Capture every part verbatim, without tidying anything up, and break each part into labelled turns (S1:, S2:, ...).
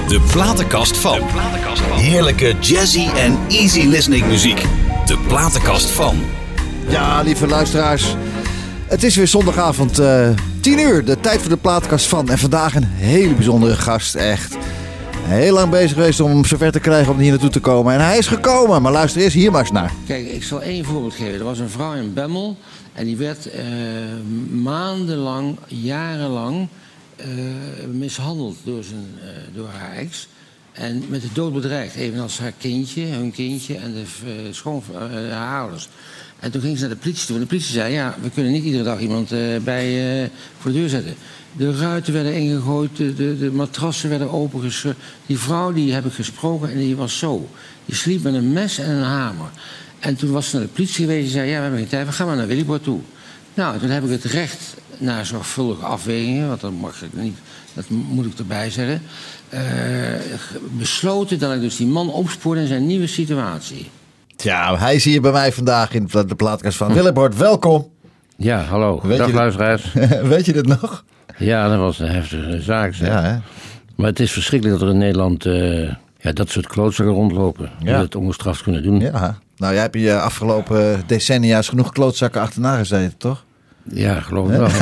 S1: De platenkast van. De platenkast van. Heerlijke jazzy en easy listening muziek. De platenkast van.
S2: Ja, lieve luisteraars. Het is weer zondagavond, uh, tien uur. De tijd voor de platenkast van. En vandaag een hele bijzondere gast, echt. Heel lang bezig geweest om hem zover te krijgen om hier naartoe te komen. En hij is gekomen, maar luister eerst hier maar eens naar.
S3: Kijk, ik zal één voorbeeld geven. Er was een vrouw in Bemmel. En die werd uh, maandenlang, jarenlang uh, mishandeld door, zijn, uh, door haar ex. En met de dood bedreigd. Evenals haar kindje, hun kindje en de uh, schoon, uh, haar ouders. En toen ging ze naar de politie toe. En de politie zei, ja, we kunnen niet iedere dag iemand uh, bij, uh, voor de deur zetten. De ruiten werden ingegooid, de, de, de matrassen werden opengescheurd. Die vrouw, die heb ik gesproken en die was zo. Die sliep met een mes en een hamer. En toen was ze naar de politie geweest en zei, ja, we hebben geen tijd, we gaan maar naar Willybord toe. Nou, toen heb ik het recht, na zorgvuldige afwegingen, want dat mag ik niet, dat moet ik erbij zeggen, uh, besloten dat ik dus die man opspoorde in zijn nieuwe situatie.
S2: Ja, hij is hier bij mij vandaag in de plaatkast van Willybord. Welkom.
S4: Ja, hallo.
S2: Weet
S4: Dag luisteraars.
S2: Weet je dit nog?
S4: Ja, dat was een heftige zaak. Zeg.
S2: Ja, hè?
S4: Maar het is verschrikkelijk dat er in Nederland uh, ja, dat soort klootzakken rondlopen. Die
S2: Ja.
S4: het ongestraft kunnen doen.
S2: Ja. Nou, jij hebt je afgelopen decennia's genoeg klootzakken achterna gezeten, toch?
S4: Ja, geloof ik wel.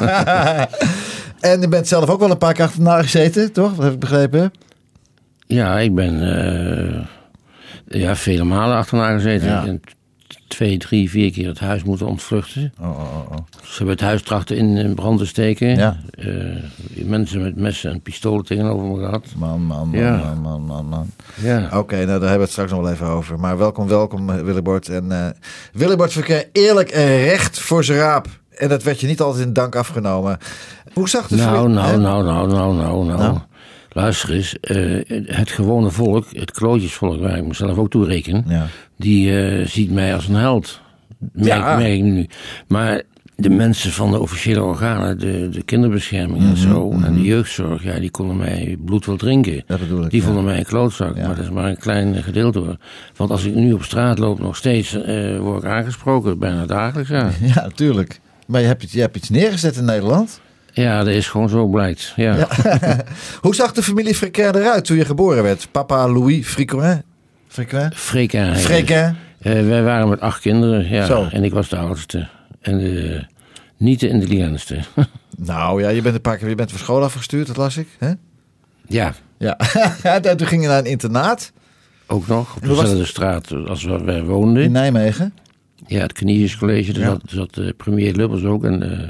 S2: En je bent zelf ook wel een paar keer achterna gezeten, toch? Dat heb ik begrepen.
S4: Ja, ik ben uh, ja, vele malen achterna gezeten.
S2: Ja.
S4: En twee, drie, vier keer het huis moeten ontvluchten.
S2: Oh, oh, oh.
S4: Ze hebben het huis trachten in brand te steken.
S2: Ja.
S4: Uh, mensen met messen en pistolen tegenover me gehad.
S2: Man, man, man,
S4: Ja.
S2: man, man, man, man.
S4: Ja.
S2: Oké, okay, nou, daar hebben we het straks nog wel even over. Maar welkom, welkom Willybord. En uh, Willybord verkeer eerlijk en recht voor zijn raap. En dat werd je niet altijd in dank afgenomen. Hoe zag de
S4: Nou,
S2: vriend,
S4: nou,
S2: hè?
S4: nou, nou, nou, nou, nou.
S2: Nou.
S4: Luister eens, uh, het gewone volk, het klootjesvolk, waar ik mezelf ook toe reken,
S2: Ja.
S4: die uh, ziet mij als een held. Merk,
S2: Ja.
S4: merk ik nu. Maar de mensen van de officiële organen, de, de kinderbescherming en zo, en de jeugdzorg, ja, die konden mij bloed wel drinken.
S2: Dat bedoel ik,
S4: Die
S2: ja.
S4: vonden mij een klootzak,
S2: Ja.
S4: maar dat is maar een klein gedeelte hoor. Want als ik nu op straat loop, nog steeds uh, word ik aangesproken, bijna dagelijks, ja.
S2: Ja, natuurlijk. Maar je hebt, je hebt iets neergezet in Nederland.
S4: Ja, dat is gewoon zo blijkt, ja.
S2: Ja. Hoe zag de familie Fréquin eruit toen je geboren werd? Papa Louis Fréquin? Fréquin?
S4: Fréquin.
S2: Fréquin?
S4: Uh, wij waren met acht kinderen, ja.
S2: Zo.
S4: En ik was de oudste. En de, niet de intelligentste.
S2: Nou ja, je bent een paar keer je bent van school afgestuurd, dat las ik. Hè?
S4: Ja,
S2: Ja. Toen ging je naar een internaat
S4: ook nog. Op
S2: Hoe was
S4: dezelfde straat als waar wij woonden.
S2: in Nijmegen.
S4: Ja, het Kniesjescollege. Daar
S2: Ja.
S4: zat, zat uh, premier Lubbers ook. En, uh,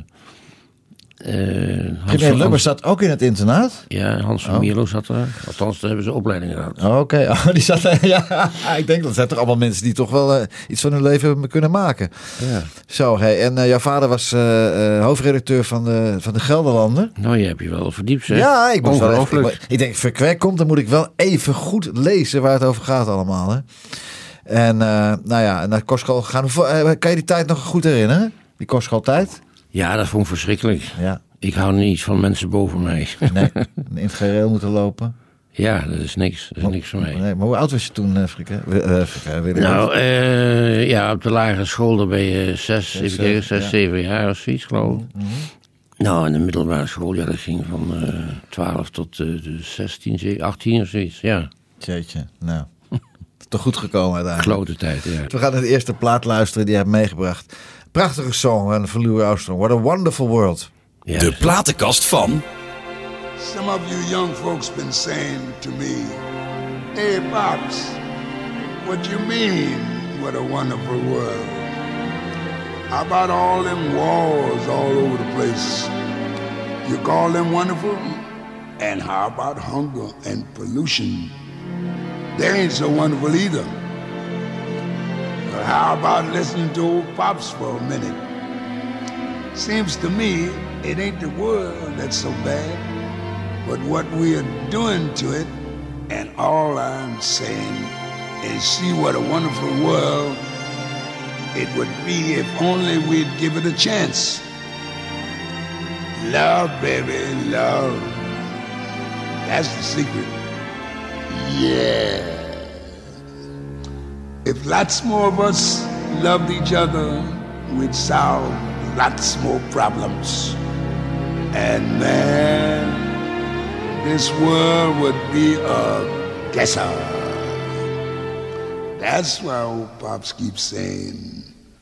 S4: uh, Hans
S2: Premier
S4: van-
S2: Lubbers zat ook in het internaat.
S4: Ja, Hans van
S2: Oh.
S4: Mierlo zat er. Althans, daar hebben ze opleidingen gehad.
S2: Oké, okay. Oh, die zat er. Ja, ik denk dat zijn toch allemaal mensen die toch wel uh, iets van hun leven hebben kunnen maken.
S4: Ja.
S2: Zo, hey, en uh, jouw vader was uh, uh, hoofdredacteur van de, van de Gelderlander.
S4: Nou, je hebt je wel verdiept, zeg.
S2: Ja, ik moest wel even,
S4: Ongelooflijk.
S2: ik, ik denk, Fréquin komt, dan moet ik wel even goed lezen waar het over gaat allemaal. Hè? En uh, nou ja, naar kostschool gegaan. Hoeveel, uh, kan je die tijd nog goed herinneren? Die kostschooltijd?
S4: Ja, dat vond ik verschrikkelijk.
S2: Ja,
S4: Ik hou niet van mensen boven mij.
S2: nee, in het gereel moeten lopen.
S4: Ja, dat is niks. Dat is niks voor mij.
S2: Nee, maar hoe oud was je toen, uh, Fréquin? Uh, Fréquin, weet ik
S4: Nou,
S2: niet.
S4: uh, ja, op de lagere school daar ben je zes, even
S2: zeven,
S4: kijken, zes,
S2: ja.
S4: zeven jaar of zoiets, geloof ik. Nou, in de middelbare school, ja, dat ging van uh, twaalf tot uh, de zestien, zeventien, achttien of zoiets, ja.
S2: Jeetje, nou. Toch goed gekomen uiteindelijk.
S4: Klote tijd, ja.
S2: We gaan naar de eerste plaat luisteren die hij heeft meegebracht. Prachtige song van Louis Armstrong. What a wonderful world.
S4: ja
S1: De platenkast van.
S5: Some of you young folks been saying to me, hey, Pops, what you mean, what a wonderful world? How about all them wars all over the place? You call them wonderful? And how about hunger and pollution? They ain't so wonderful either. But how about listening to old Pops for a minute? Seems to me it ain't the world that's so bad, but what we are doing to it. And all I'm saying is see what a wonderful world it would be if only we'd give it a chance. Love, baby, love. That's the secret. Yeah. If lots more of us loved each other, we'd solve lots more problems. And man, this world would be a guesser. That's why old Pops keeps saying,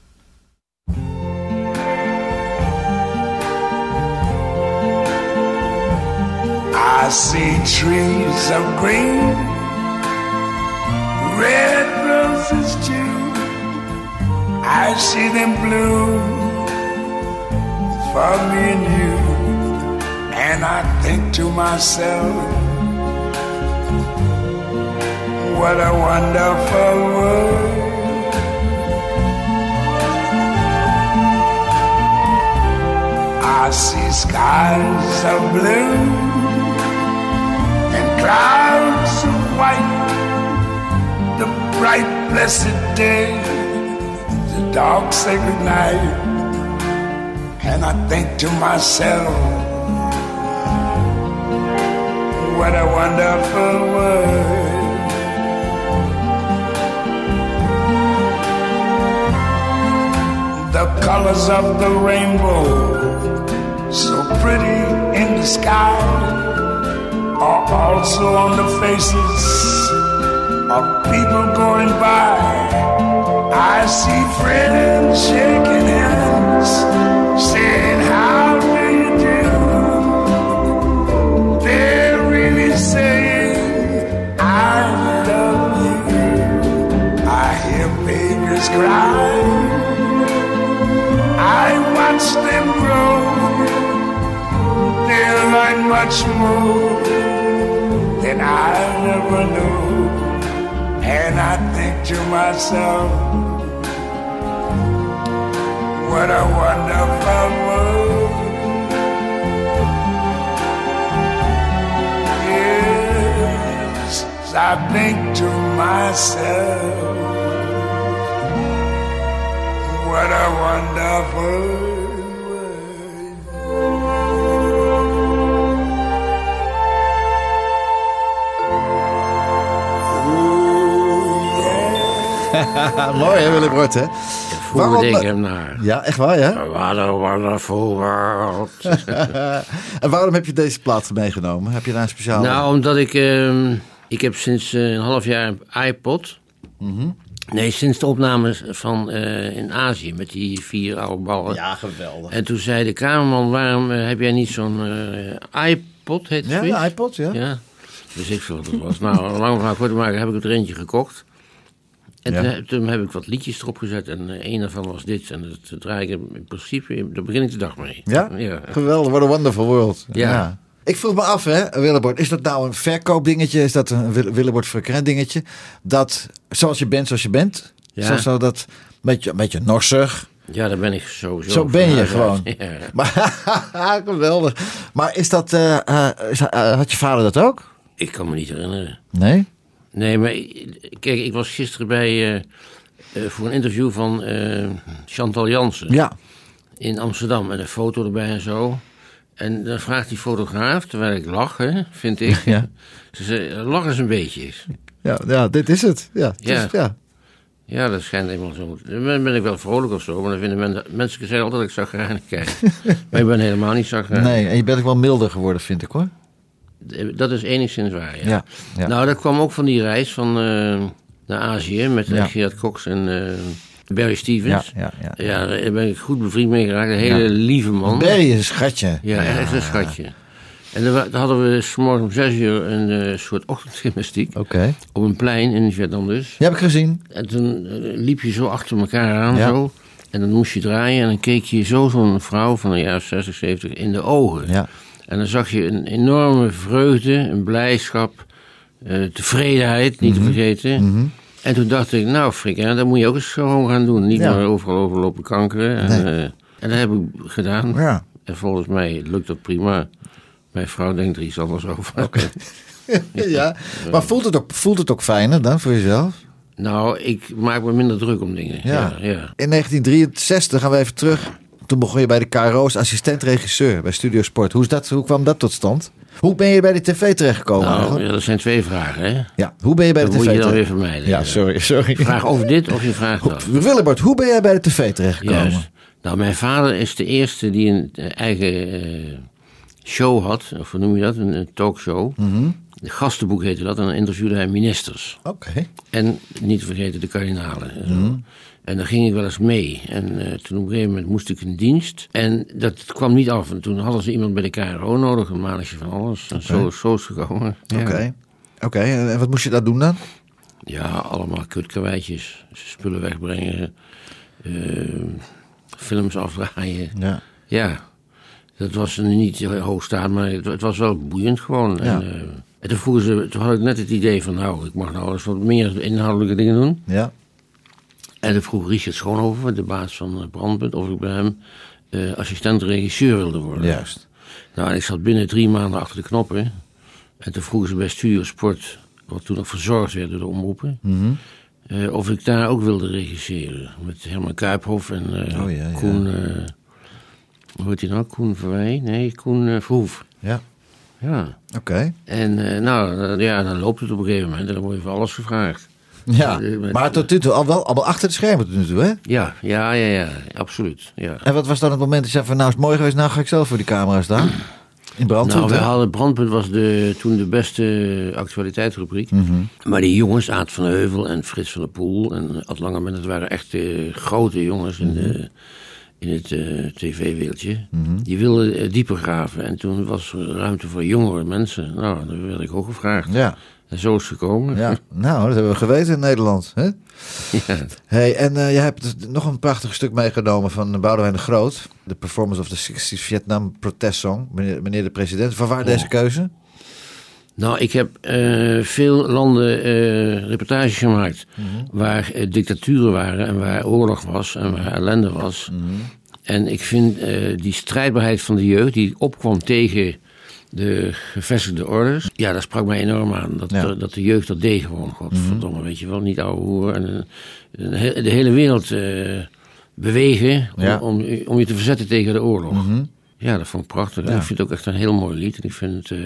S5: I see trees of green, red roses too. I see them bloom for me and you. And I think to myself, what a wonderful world. I see skies of blue and clouds of white, the bright blessed day, the dark sacred night. And I think to myself, what a wonderful world. The colors of the rainbow, so pretty in the sky, are also on the faces of people going by. I see friends shaking hands, saying, how do you do? They're really saying, I love you. I hear babies cry, I watch them grow. They'll learn much more than I never knew. And I think to myself, what a wonderful world. Yes, I think to myself, what a wonderful world.
S2: Mooi hè, Willebord, hè?
S4: Vroeger denk ik hem naar.
S2: Ja, echt waar, hè?
S4: What a wonderful world.
S2: En waarom heb je deze plaat meegenomen? Heb je daar een speciale...
S4: Nou, omdat ik... Uh, ik heb sinds uh, een half jaar een iPod.
S2: Mm-hmm.
S4: Nee, sinds de opnames van uh, in Azië met die vier oude ballen.
S2: Ja, geweldig.
S4: En toen zei de cameraman, waarom uh, heb jij niet zo'n uh, iPod, heet het
S2: Ja,
S4: zoiets?
S2: een iPod, ja.
S4: Ja, dus ik veel wat het was. Nou, lang verhaal kort te maken, heb ik er eentje gekocht. En
S2: Ja.
S4: toen, toen heb ik wat liedjes erop gezet en uh, een daarvan was dit. En dat draai ik in principe, daar begin ik de dag mee.
S2: Ja?
S4: Ja.
S2: Geweldig, what a wonderful world.
S4: Ja.
S2: Ik vroeg me af, hè, Willebord, is dat nou een verkoopdingetje? Is dat een Willebord Verkren dingetje? Dat, zoals je bent, zoals je bent?
S4: Ja.
S2: Zoals zo dat, beetje, een beetje norsig.
S4: Ja, daar ben ik sowieso.
S2: Zo ben je
S4: vanuit.
S2: gewoon.
S4: Ja.
S2: Maar, geweldig. Maar is dat, uh, uh, is, uh, had je vader dat ook?
S4: Ik kan me niet herinneren.
S2: Nee?
S4: Nee, maar kijk, ik was gisteren bij, uh, uh, voor een interview van uh, Chantal Jansen
S2: Ja.
S4: in Amsterdam. En een foto erbij en zo. En dan vraagt die fotograaf, terwijl ik lach, hè, vind ik.
S2: Ja.
S4: Ze zei, lach eens een beetje.
S2: Ja, ja, dit is het. Ja, het
S4: Ja.
S2: is, ja.
S4: Ja, dat schijnt eenmaal zo. Dan ben ik wel vrolijk of zo, maar dan vinden mensen, mensen zeggen altijd dat ik zagrijnig kijk. Maar ik ben helemaal niet zagrijnig.
S2: Nee, en je bent ook wel milder geworden, vind ik, hoor.
S4: Dat is enigszins waar, ja.
S2: Ja, ja.
S4: Nou, dat kwam ook van die reis van, uh, naar Azië met uh,
S2: Ja.
S4: Gerard Cox en uh, Barry Stevens.
S2: Ja, ja, ja.
S4: Ja, daar ben ik goed bevriend mee geraakt. Een hele
S2: Ja.
S4: lieve man.
S2: Barry is een schatje.
S4: Ja, echt een schatje. En dan, wa- dan hadden we 's morgens om zes uur een uh, soort ochtendgymnastiek.
S2: Oké.
S4: Op een plein in Vietnam dus.
S2: Die heb ik gezien.
S4: En toen uh, liep je zo achter elkaar aan
S2: Ja.
S4: zo. En dan moest je draaien en dan keek je zo zo'n vrouw van een jaar zestig, zeventig in de ogen.
S2: Ja.
S4: En dan zag je een enorme vreugde, een blijdschap, uh, tevredenheid, niet
S2: Mm-hmm.
S4: te vergeten.
S2: Mm-hmm.
S4: En toen dacht ik, nou Frik, hè, dat moet je ook eens gewoon gaan doen. Niet
S2: Ja.
S4: maar overal overlopen kankeren. En,
S2: Nee.
S4: uh, en dat heb ik gedaan.
S2: Ja.
S4: En volgens mij lukt dat prima. Mijn vrouw denkt er iets anders over.
S2: Oké. Ja. Maar voelt het, ook, voelt het ook fijner dan voor jezelf?
S4: Nou, ik maak me minder druk om dingen.
S2: Ja.
S4: Ja, ja.
S2: In negentien drieënzestig gaan we even terug. Toen begon je bij de K R O als assistent-regisseur bij Studio Sport. Hoe, is dat, hoe kwam dat tot stand? Hoe ben je bij de tv terechtgekomen?
S4: Nou,
S2: eigenlijk?
S4: ja, dat zijn twee vragen, hè?
S2: Ja, hoe ben je bij
S4: Dat
S2: de
S4: moet
S2: tv
S4: je dan weer
S2: terecht-
S4: vermijden.
S2: Ja, sorry, sorry.
S4: Vraag over dit of je vraagt dat.
S2: Willebord, hoe ben jij bij de tv terechtgekomen?
S4: Juist. Nou, mijn vader is de eerste die een eh, eigen uh, show had, of hoe noem je dat, een, een talkshow.
S2: Mm-hmm.
S4: De gastenboek heette dat en dan interviewde hij ministers.
S2: Oké. Okay.
S4: En niet te vergeten de kardinalen. En,
S2: Mm-hmm.
S4: en daar ging ik wel eens mee. En uh, toen op een gegeven moment moest ik in dienst. En dat kwam niet af. En toen hadden ze iemand bij de K R O nodig, een mannetje van alles. En okay. zo, zo is het gekomen.
S2: Oké. Ja. Oké. Okay. En wat moest je daar doen dan?
S4: Ja, allemaal kutkarweitjes. Spullen wegbrengen. Uh, films afdraaien.
S2: Ja.
S4: Ja. Dat was niet heel hoog staan, maar het, het was wel boeiend gewoon. Ja. En, uh, en toen, vroegen ze, toen had ik net het idee van, nou, ik mag nou eens wat meer inhoudelijke dingen doen.
S2: Ja.
S4: En toen vroeg Richard Schoonhoven, de baas van Brandpunt, of ik bij hem uh, assistent-regisseur wilde worden.
S2: Juist.
S4: Nou, en ik zat binnen drie maanden achter de knoppen. En toen vroegen ze bij Studio Sport, wat toen nog verzorgd werd door de omroepen,
S2: mm-hmm.
S4: uh, of ik daar ook wilde regisseren. Met Herman Kuiphof en uh,
S2: oh, ja, ja.
S4: Koen... Uh, Hoe heet hij nou? Koen Verwij? Nee, Koen uh, Verhoef.
S2: Ja.
S4: Ja.
S2: Oké. Okay.
S4: En uh, nou, uh, ja, dan loopt het op een gegeven moment en dan word je voor alles gevraagd.
S2: Ja, uh, met, maar tot nu toe al wel allemaal achter de schermen tot nu toe, hè?
S4: Ja, ja, ja, ja, absoluut. Ja.
S2: En wat was dan het moment dat je zei van, nou is het mooi geweest, nou ga ik zelf voor die camera staan? In Brandpunt?
S4: Nou, we hadden Brandpunt was de, toen de beste actualiteitsrubriek.
S2: Mm-hmm.
S4: Maar die jongens, Aad van Heuvel en Frits van der Poel en Ad Langeman, dat waren echt uh, grote jongens in
S2: mm-hmm.
S4: de... in het uh, tv-wereldje.
S2: Mm-hmm.
S4: Die wilden uh, dieper graven. En toen was er ruimte voor jongere mensen. Nou, dat werd ik ook gevraagd.
S2: Ja.
S4: En zo is het gekomen.
S2: Ja. Nou, dat hebben we geweten in Nederland. Hè?
S4: Ja.
S2: Hey, en uh, jij hebt nog een prachtig stuk meegenomen van Boudewijn de Groot. The Performance of the zestig's Vietnam Protest Song. Meneer, meneer de president. Van waar oh. deze keuze?
S4: Nou, ik heb uh, veel landen uh, reportages gemaakt. Mm-hmm. Waar uh, dictaturen waren en waar oorlog was en waar ellende was.
S2: Mm-hmm.
S4: En ik vind uh, die strijdbaarheid van de jeugd die opkwam tegen de gevestigde orders. Ja, dat sprak mij enorm aan. Dat, ja. dat de jeugd dat deed gewoon. Godverdomme, mm-hmm. weet je wel. Niet ouwe hoer. En uh, de hele wereld uh, bewegen om, ja. om, om je te verzetten tegen de oorlog.
S2: Mm-hmm.
S4: Ja, dat vond ik prachtig.
S2: Ja.
S4: En ik vind het ook echt een heel mooi lied. En ik vind het... Uh,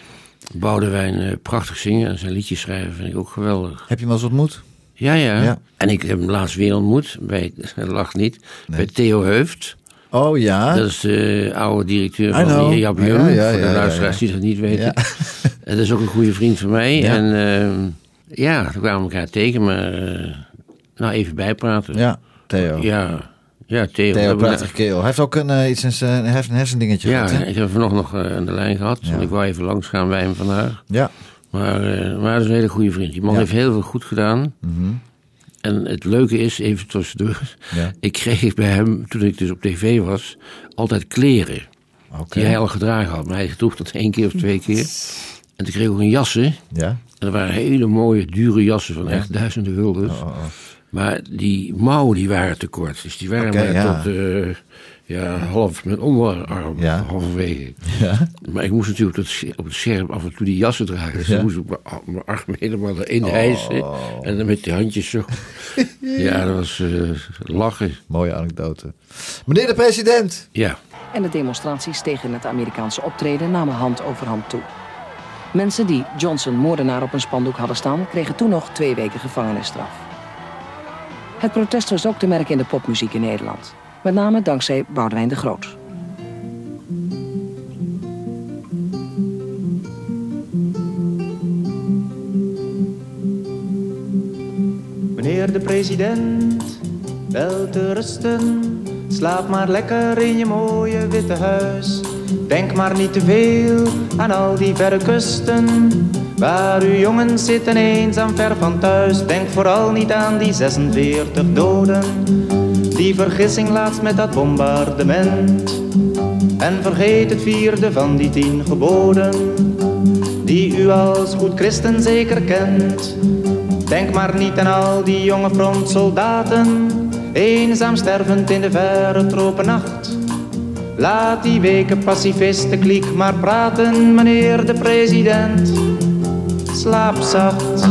S4: Boudewijn uh, prachtig zingen en zijn liedjes schrijven vind ik ook geweldig.
S2: Heb je hem al eens ontmoet?
S4: Ja, ja,
S2: ja. En
S4: ik heb hem laatst weer ontmoet, bij, dat lacht niet, nee. bij Theo Heuft.
S2: Oh ja?
S4: Dat is de oude directeur van Jap Jum, ja, ja, ja, voor de luisteraars ja, ja, ja. die dat niet weten. Ja. En dat is ook een goede vriend van mij. Ja. En uh, ja, we kwamen elkaar tegen, maar uh, nou even bijpraten.
S2: Ja, Theo.
S4: Ja. Ja, Theo.
S2: Theo, prachtige kerel. Hij heeft ook een, uh, iets in zijn, hij heeft een hersendingetje
S4: ja,
S2: gehad. Ja,
S4: ik heb hem vanochtend nog uh, aan de lijn gehad. Ja. Ik wou even langs gaan bij hem vandaag.
S2: Ja.
S4: Maar, uh, maar dat is een hele goede vriend. Die man ja. heeft heel veel goed gedaan.
S2: Mm-hmm.
S4: En het leuke is, even tussendoor, ja. ik kreeg bij hem, toen ik dus op tv was, altijd kleren. Okay. Die hij al gedragen had. Maar hij droeg dat één keer of twee keer. En toen kreeg ik ook een jassen.
S2: Ja.
S4: En dat waren hele mooie, dure jassen van ja. echt duizenden guldens. Oh, oh, oh. Maar die mouwen die waren te kort. Dus die waren okay, maar ja. tot uh, ja, half met onderarm, ja. halverwege. Ja. Maar ik moest natuurlijk op het, op het scherm af en toe die jassen dragen. Dus ja. dan moest ik mijn arm helemaal erin hijsen. Oh. En dan met die handjes zo. Ja, dat was uh, lachen.
S2: Mooie anekdote. Meneer de president!
S4: Ja.
S6: En de demonstraties tegen het Amerikaanse optreden namen hand over hand toe. Mensen die Johnson moordenaar op een spandoek hadden staan, kregen toen nog twee weken gevangenisstraf. Het protest was ook te merken in de popmuziek in Nederland. Met name dankzij Boudewijn de Groot.
S7: Meneer de president, wel te rusten. Slaap maar lekker in je mooie witte huis. Denk maar niet te veel aan al die verre kusten. Waar uw jongens zitten eenzaam ver van thuis. Denk vooral niet aan die zesenveertig doden. Die vergissing laatst met dat bombardement. En vergeet het vierde van die tien geboden. Die u als goed christen zeker kent. Denk maar niet aan al die jonge frontsoldaten. Eenzaam stervend in de verre tropennacht. Laat die weken pacifisten kliek maar praten, meneer de president. Slaap zacht.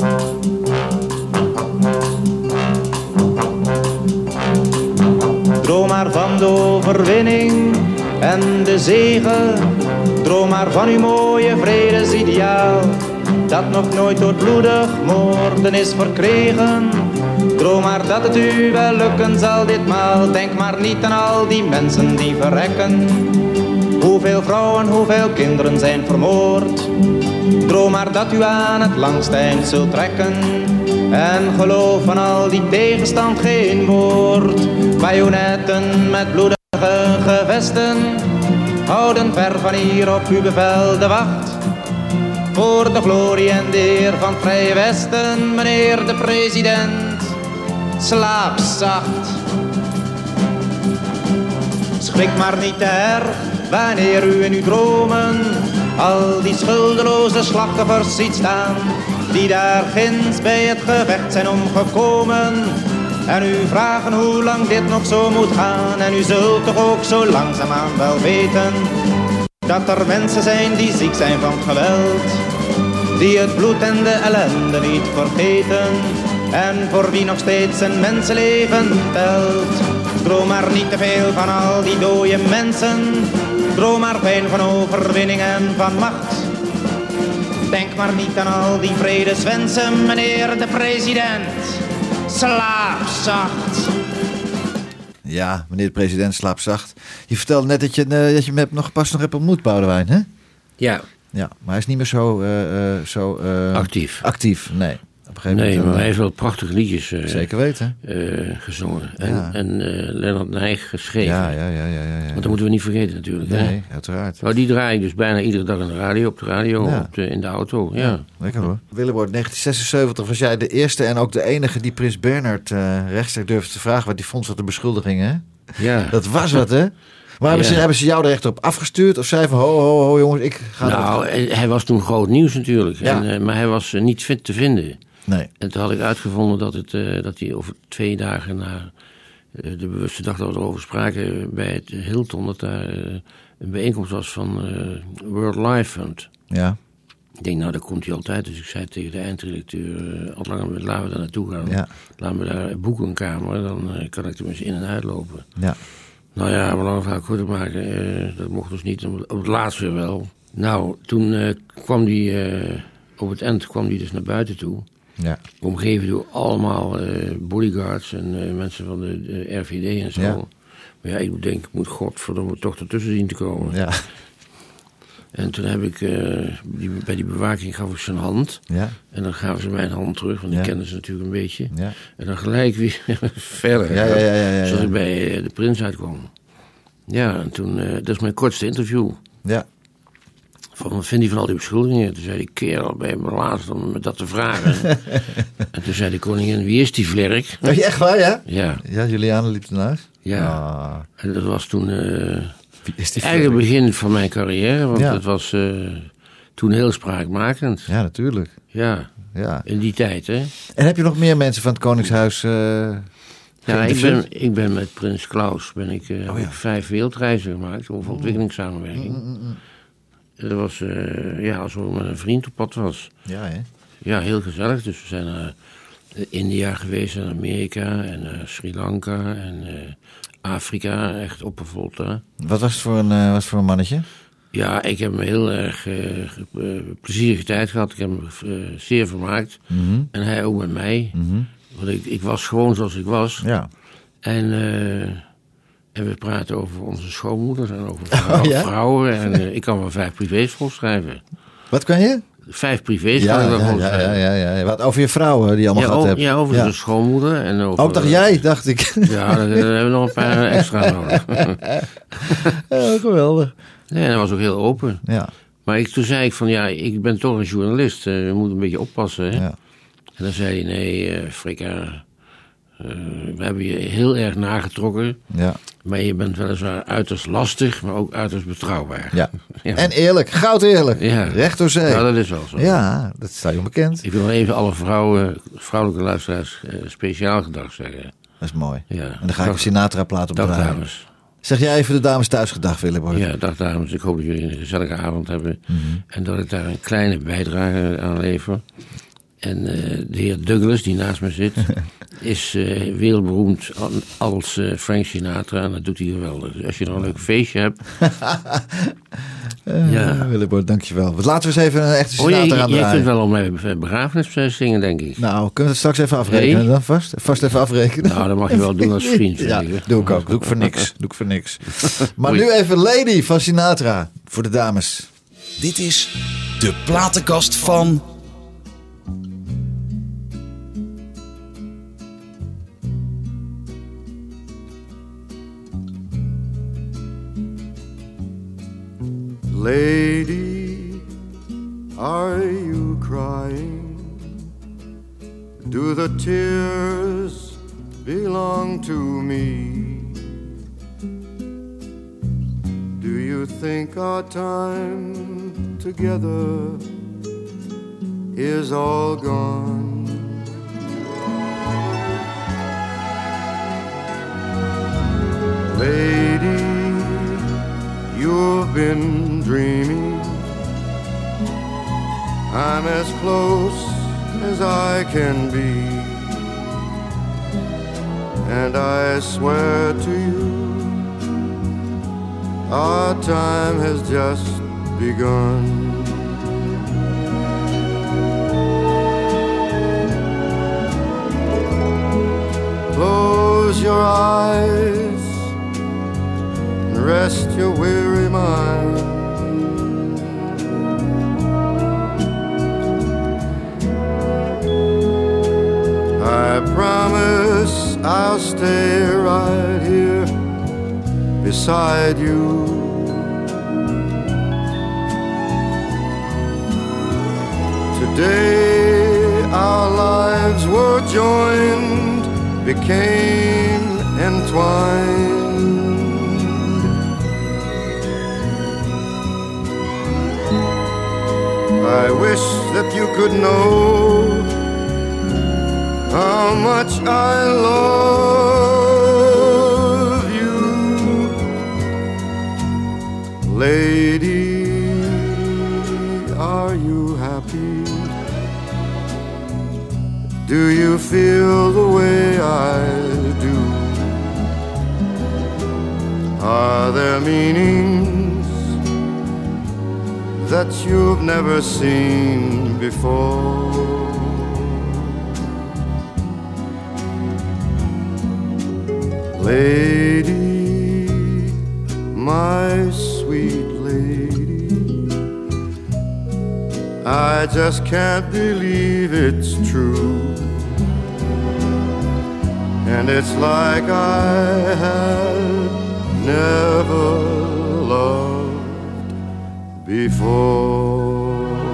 S7: Droom maar van de overwinning en de zege. Droom maar van uw mooie vredesideaal. Dat nog nooit door bloedig moorden is verkregen. Droom maar dat het u wel lukken zal ditmaal. Denk maar niet aan al die mensen die verrekken. Hoeveel vrouwen, hoeveel kinderen zijn vermoord. Droom maar dat u aan het langste eind zult trekken. En geloof van al die tegenstand geen woord. Bajonetten met bloedige gevesten houden ver van hier op uw bevel de wacht. Voor de glorie en de eer van het Vrije Westen, meneer de president, slaap zacht. Schrik maar niet te erg wanneer u in uw dromen al die schuldeloze slachtoffers ziet staan, die daar ginds bij het gevecht zijn omgekomen. En u vragen hoe lang dit nog zo moet gaan. En u zult toch ook zo langzaamaan wel weten dat er mensen zijn die ziek zijn van geweld, die het bloed en de ellende niet vergeten, en voor wie nog steeds een mensenleven telt. Droom maar niet te veel van al die dode mensen. Droom maar fijn van overwinning en van macht. Denk maar niet aan al die vredeswensen, meneer de president. Slaap zacht.
S2: Ja, meneer de president, slaap zacht. Je vertelde net dat je, uh, dat je hem nog, pas nog hebt ontmoet, Boudewijn, hè?
S4: Ja.
S2: Ja, maar hij is niet meer zo... Uh, uh, zo uh,
S4: actief.
S2: Actief, nee. Op een
S4: nee,
S2: moment,
S4: maar hij heeft wel prachtige liedjes uh,
S2: zeker weten.
S4: Uh, gezongen. En,
S2: ja.
S4: en uh, Lennart Nijg geschreven.
S2: Ja, ja, ja, ja, ja, ja.
S4: Want dat moeten we niet vergeten natuurlijk.
S2: Nee,
S4: hè?
S2: uiteraard.
S4: Nou, die draai ik dus bijna iedere dag in de radio, op de radio,
S2: ja.
S4: op de, in de auto. Ja.
S2: Ja, lekker hoor. Willeboord, negentien zesenzeventig was jij de eerste en ook de enige die Prins Bernhard uh, rechtstreeks durfde te vragen wat hij vond van de beschuldigingen. Hè?
S4: Ja.
S2: Dat was wat, hè? Maar hebben,
S4: ja.
S2: ze, hebben ze jou er echt op afgestuurd? Of zei van, ho, ho, ho, jongens, ik ga...
S4: Nou, er... hij was toen groot nieuws natuurlijk.
S2: Ja.
S4: En, uh, maar hij was uh, niet fit te vinden.
S2: Nee.
S4: En toen had ik uitgevonden dat, het, uh, dat hij over twee dagen na uh, de bewuste dag dat we erover spraken bij het Hilton, dat daar uh, een bijeenkomst was van uh, World Life Fund.
S2: Ja.
S4: Ik denk, nou, daar komt hij altijd. Dus ik zei tegen de eindredacteur, uh, al langer laten we daar naartoe gaan.
S2: Ja.
S4: Laten we daar boeken een kamer, dan uh, kan ik tenminste in en uitlopen.
S2: Ja.
S4: Nou ja, om lang verhaal korter te maken, uh, dat mocht dus niet. Op het laatst weer wel. Nou, toen uh, kwam hij, uh, op het eind kwam hij dus naar buiten toe.
S2: Ja.
S4: Omgeven door allemaal uh, bodyguards en uh, mensen van de, de R V D en zo.
S2: Ja.
S4: Maar ja, ik denk, ik moet godverdomme toch ertussen zien te komen.
S2: Ja.
S4: En toen heb ik, uh, die, bij die bewaking gaf ik zijn hand.
S2: Ja.
S4: En dan gaven ze mijn hand terug, want die
S2: ja.
S4: kenden ze natuurlijk een beetje.
S2: Ja.
S4: En dan gelijk weer verder.
S2: Ja, ja, ja, ja, ja,
S4: zoals
S2: ja.
S4: ik bij uh, de prins uitkwam. Ja, en toen, uh, dat is mijn kortste interview.
S2: Ja.
S4: Van, wat vindt hij van al die beschuldigingen? Toen zei die kerel, ben je belazen om me dat te vragen? En toen zei de koningin, wie is die vlerk?
S2: Oh, echt waar, ja?
S4: Ja.
S2: Ja, Juliane liep ernaast?
S4: Ja.
S2: Ah.
S4: En dat was toen uh,
S2: wie is die
S4: eigenlijk het begin van mijn carrière. Want
S2: ja.
S4: het was uh, toen heel spraakmakend.
S2: Ja, natuurlijk.
S4: Ja.
S2: Ja.
S4: In die tijd, hè.
S2: En heb je nog meer mensen van het Koningshuis... Uh,
S4: ja, ik ben, ik ben met prins Klaus ben ik, uh,
S2: oh, ja.
S4: vijf wereldreizen gemaakt over ontwikkelingssamenwerking.
S2: Mm, mm, mm.
S4: Dat was uh, ja, alsof met een vriend op pad was.
S2: Ja, hè?
S4: Ja, heel gezellig. Dus we zijn naar India geweest en Amerika en uh, Sri Lanka en uh, Afrika. Echt oppervol daar.
S2: Wat was het voor een, uh, was voor een mannetje?
S4: Ja, ik heb een heel erg uh, uh, plezierige tijd gehad. Ik heb me uh, zeer vermaakt.
S2: Mm-hmm.
S4: En hij ook met mij.
S2: Mm-hmm.
S4: Want ik, ik was gewoon zoals ik was.
S2: Ja.
S4: En... Uh, En we praten over onze schoonmoeders en over vrouw,
S2: oh, ja?
S4: vrouwen. En uh, ik kan wel vijf privés volschrijven.
S2: Wat kan je?
S4: Vijf privés
S2: ja,
S4: kan ik wel
S2: ja,
S4: volschrijven.
S2: ja, ja, ja. Wat over je vrouwen die je allemaal
S4: ja,
S2: gehad
S4: o,
S2: hebt?
S4: Ja, over
S2: ja.
S4: de schoonmoeder. En over,
S2: ook dacht jij, dacht ik.
S4: Ja, daar, daar hebben we nog een paar extra nodig.
S2: Ja, geweldig.
S4: Nee, dat was ook heel open.
S2: Ja.
S4: Maar ik, toen zei ik van, ja, ik ben toch een journalist. Uh, we moeten een beetje oppassen. Hè?
S2: Ja.
S4: En dan zei hij, nee, uh, Frikka... Uh, we hebben je heel erg nagetrokken.
S2: Ja.
S4: Maar je bent weliswaar uiterst lastig, maar ook uiterst betrouwbaar.
S2: Ja.
S4: Ja.
S2: En eerlijk, goud eerlijk.
S4: Ja.
S2: Recht door zee.
S4: Ja, dat is wel zo.
S2: Ja, dat staat je onbekend.
S4: Ik wil nog even alle vrouwen, vrouwelijke luisteraars uh, speciaal gedag zeggen.
S2: Dat is mooi.
S4: Ja.
S2: En dan ga ik een Sinatra-plaat op
S4: Dag
S2: draaien.
S4: dames.
S2: Zeg jij even de dames thuis gedag, Willem?
S4: Ja, dag dames. Ik hoop dat jullie een gezellige avond hebben.
S2: Mm-hmm.
S4: En dat ik daar een kleine bijdrage aan lever. En uh, de heer Douglas, die naast me zit, is uh, wereldberoemd als uh, Frank Sinatra. En dat doet hij geweldig. Dus als je nog een leuk feestje hebt,
S2: Uh,
S4: ja.
S2: Willebord, dankjewel. Laten we eens even een echte Sinatra
S4: oh, je,
S2: aan
S4: je,
S2: draaien.
S4: Je kunt wel om mijn begrafenis zingen, denk ik.
S2: Nou, kunnen we het straks even afrekenen
S4: nee.
S2: dan vast? Vast even afrekenen.
S4: Nou, dat mag je wel doen als vriend.
S2: Ja, doe ik ook. Doe ik voor niks. Doe ik voor niks. Maar nu even Lady van Sinatra voor de dames.
S1: Dit is de platenkast van...
S8: Lady, are you crying? Do the tears belong to me? Do you think our time together is all gone? Lady, you've been dreaming. I'm as close as I can be, and I swear to you, our time has just begun. Close your eyes and rest your weary mind. I promise I'll stay right here beside you. Today our lives were joined, became entwined. I wish that you could know how much I love you, lady. Are you happy? Do you feel the way I do? Are there meanings that you've never seen before? Lady, my sweet lady, I just can't believe it's true. And it's like I had never loved before.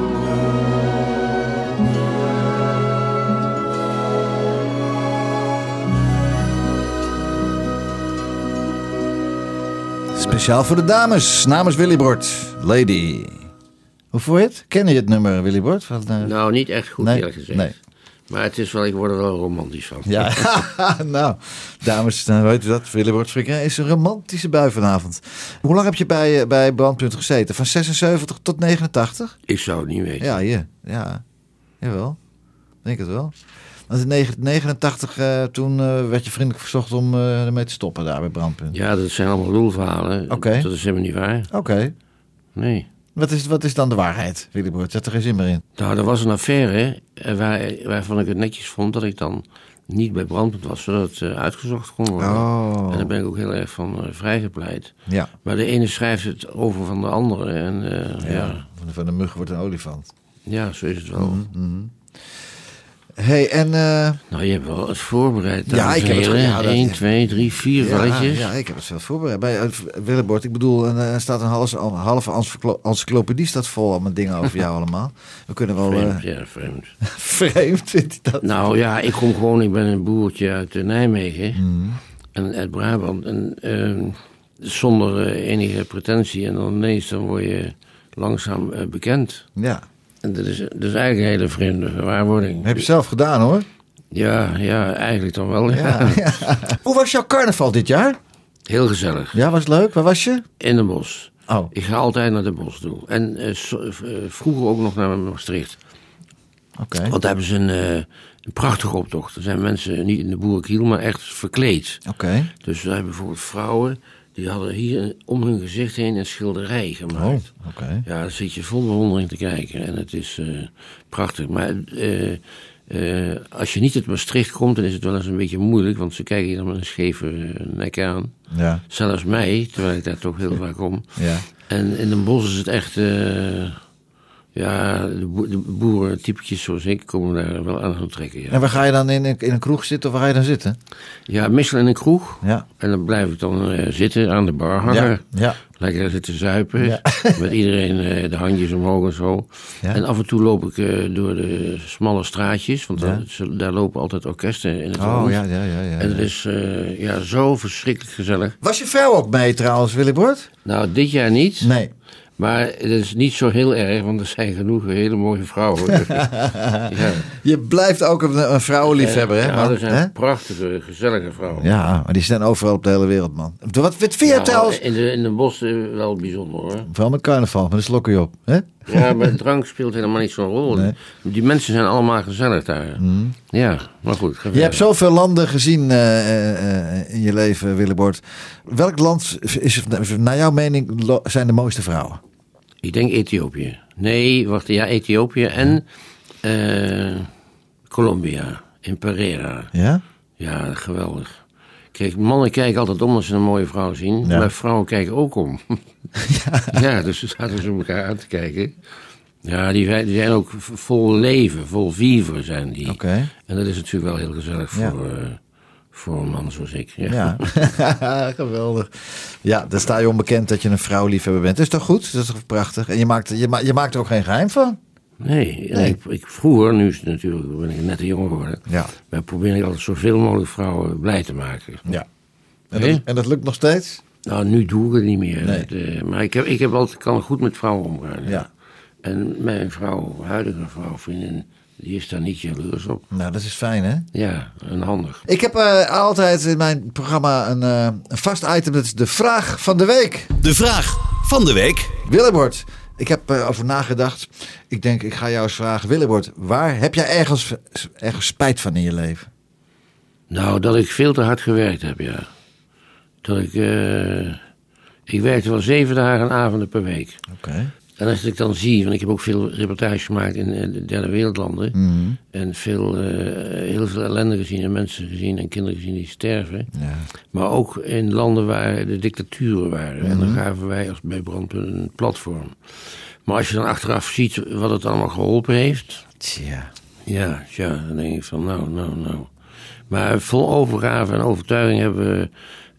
S2: Speciaal voor de dames, namens Willybord, Lady. Hoe vond je het? Ken je het nummer, Willybord? Van, uh...
S4: Nou, niet echt goed,
S2: nee,
S4: eerlijk gezegd.
S2: Nee.
S4: Maar het is wel, ik word er wel romantisch van.
S2: Ja, nou, dames, dan weet u dat. Willybord Frikker is een romantische bui vanavond. Hoe lang heb je bij, bij Brandpunt gezeten? Van zesenzeventig tot negenentachtig?
S4: Ik zou het niet weten.
S2: Ja, hier. Ja, jawel. Denk het wel. Want in negentien negenentachtig, uh, toen uh, werd je vriendelijk verzocht om uh, ermee te stoppen daar bij Brandpunt.
S4: Ja, dat zijn allemaal lulverhalen.
S2: Oké. Okay.
S4: Dat is helemaal niet waar.
S2: Oké. Okay.
S4: Nee.
S2: Wat is, wat is dan de waarheid, Willybord? Zet er geen zin meer in.
S4: Nou, er was een affaire waar, waarvan ik het netjes vond dat ik dan niet bij Brandpunt was, zodat het uh, uitgezocht kon worden.
S2: Oh.
S4: En daar ben ik ook heel erg van uh, vrijgepleit.
S2: Ja.
S4: Maar de ene schrijft het over van de andere. En, uh, ja, ja.
S2: Van de mug wordt een olifant.
S4: Ja, zo is het wel.
S2: Mm-hmm, mm-hmm. Hey, en... Uh...
S4: Nou, je hebt wel het voorbereid.
S2: Ja, ik heb het
S4: ja, één, twee, drie, vier
S2: ja,
S4: velletjes.
S2: Ja, ik heb het veel voorbereid. Bij uh, Willybord, ik bedoel, er uh, staat een halve, halve encyclopedie staat vol met dingen over jou allemaal. We kunnen wel...
S4: Vreemd,
S2: uh...
S4: ja, vreemd.
S2: Vreemd, vindt hij dat?
S4: Nou ja, ik kom gewoon, ik ben een boertje uit uh, Nijmegen.
S2: Mm.
S4: En uit Brabant. En uh, zonder uh, enige pretentie. En dan ineens, dan word je langzaam uh, bekend.
S2: Ja.
S4: En dat is, dat is eigenlijk een hele vreemde gewaarwording.
S2: Heb je zelf gedaan, hoor.
S4: Ja, ja, eigenlijk dan wel. Ja.
S2: Ja, ja. Hoe was jouw carnaval dit jaar?
S4: Heel gezellig.
S2: Ja, was het leuk? Waar was je?
S4: In de bos.
S2: Oh.
S4: Ik ga altijd naar de bos toe. En uh, so, uh, vroeger ook nog naar Maastricht.
S2: Okay.
S4: Want daar hebben ze een, uh, een prachtige optocht. Er zijn mensen niet in de boerenkiel, maar echt verkleed.
S2: Okay.
S4: Dus daar hebben bijvoorbeeld vrouwen... die hadden hier om hun gezicht heen een schilderij gemaakt.
S2: Oh, okay.
S4: Ja, daar zit je vol bewondering te kijken. En het is uh, prachtig. Maar uh, uh, als je niet uit Maastricht komt, dan is het wel eens een beetje moeilijk. Want ze kijken je dan met een scheve uh, nek aan.
S2: Ja.
S4: Zelfs mij, terwijl ik daar toch heel vaak kom.
S2: Ja.
S4: En in Den Bosch is het echt... Uh, ja, de, bo- de boeren, typetjes zoals ik, komen daar wel aan aan trekken. Ja.
S2: En waar ga je dan in een, in een kroeg zitten of waar ga je dan zitten?
S4: Ja, meestal in een kroeg.
S2: Ja.
S4: En dan blijf ik dan uh, zitten aan de bar hangen.
S2: Ja. Ja.
S4: Lekker zitten zuipen. Ja. Met iedereen uh, de handjes omhoog en zo.
S2: Ja.
S4: En af en toe loop ik uh, door de smalle straatjes. Want ja. daar, daar lopen altijd orkesten in het
S2: oh,
S4: rond.
S2: Ja, ja, ja, ja,
S4: en het is uh, ja, zo verschrikkelijk gezellig.
S2: Was je vrouw ook mee trouwens, Willybord?
S4: Nou, dit jaar niet.
S2: Nee.
S4: Maar het is niet zo heel erg, want er zijn genoeg hele mooie vrouwen. Ja.
S2: Je blijft ook een, een vrouwenliefhebber, hè?
S4: Ja,
S2: man?
S4: er zijn
S2: hè?
S4: prachtige, gezellige vrouwen.
S2: Ja, maar die zijn overal op de hele wereld, man. Wat, wat vind je
S4: nou,
S2: trouwens...
S4: In de, in de bos wel bijzonder, hoor.
S2: Vooral met carnaval, met een slokje op, hè?
S4: Ja, maar drank speelt helemaal niet zo'n rol. Nee. Die mensen zijn allemaal gezellig daar. Mm. Ja, maar goed.
S2: Je hebt zoveel landen gezien uh, uh, in je leven, Willybord. Welk land is, naar jouw mening, zijn de mooiste vrouwen?
S4: Ik denk Ethiopië. Nee, wacht, ja, Ethiopië en uh, Colombia, in Pereira.
S2: Ja?
S4: Ja, geweldig. Kijk, mannen kijken altijd om als ze een mooie vrouw zien, ja. Maar vrouwen kijken ook om. Ja, ja, dus ze zaten ze elkaar aan te kijken. Ja, die, die zijn ook vol leven, vol vivre zijn die.
S2: Okay.
S4: En dat is natuurlijk wel heel gezellig voor... Ja. Uh, Voor een man zoals ik. Ja.
S2: Ja. Geweldig. Ja, dan sta je onbekend dat je een vrouwliefhebber bent. Dat is toch goed? Dat is toch prachtig? En je maakt, je, ma- je maakt er ook geen geheim van?
S4: Nee. nee. Ik, ik, vroeger, nu is het natuurlijk, ben ik net een jongen geworden.
S2: Ja.
S4: Maar probeer ik altijd zoveel mogelijk vrouwen blij te maken.
S2: Ja. En dat, en dat lukt nog steeds?
S4: Nou, nu doe ik het niet meer.
S2: Nee.
S4: Het, uh, maar ik, heb, ik heb altijd, kan goed met vrouwen omgaan. Ja.
S2: Ja.
S4: En mijn vrouw, huidige vrouw, vriendin... Die is daar niet jaloers op.
S2: Nou, dat is fijn, hè?
S4: Ja, en handig.
S2: Ik heb uh, altijd in mijn programma een, uh, een vast item. Dat is de vraag van de week.
S1: De vraag van de week.
S2: Willybord, ik heb uh, over nagedacht. Ik denk, ik ga jou eens vragen. Willybord, waar heb jij ergens, ergens spijt van in je leven?
S4: Nou, dat ik veel te hard gewerkt heb, ja. Dat ik... Uh, ik werkte wel zeven dagen en avonden per week.
S2: Oké. Okay.
S4: En als ik dan zie, want ik heb ook veel reportages gemaakt in de derde wereldlanden.
S2: Mm-hmm.
S4: En veel, uh, heel veel ellende gezien en mensen gezien en kinderen gezien die sterven.
S2: Ja.
S4: Maar ook in landen waar de dictaturen waren. Mm-hmm. En dan gaven wij als bij Brandpunt een platform. Maar als je dan achteraf ziet wat het allemaal geholpen heeft.
S2: Tja.
S4: Ja, tja, dan denk ik van nou, nou, nou. Maar vol overgave en overtuiging hebben we...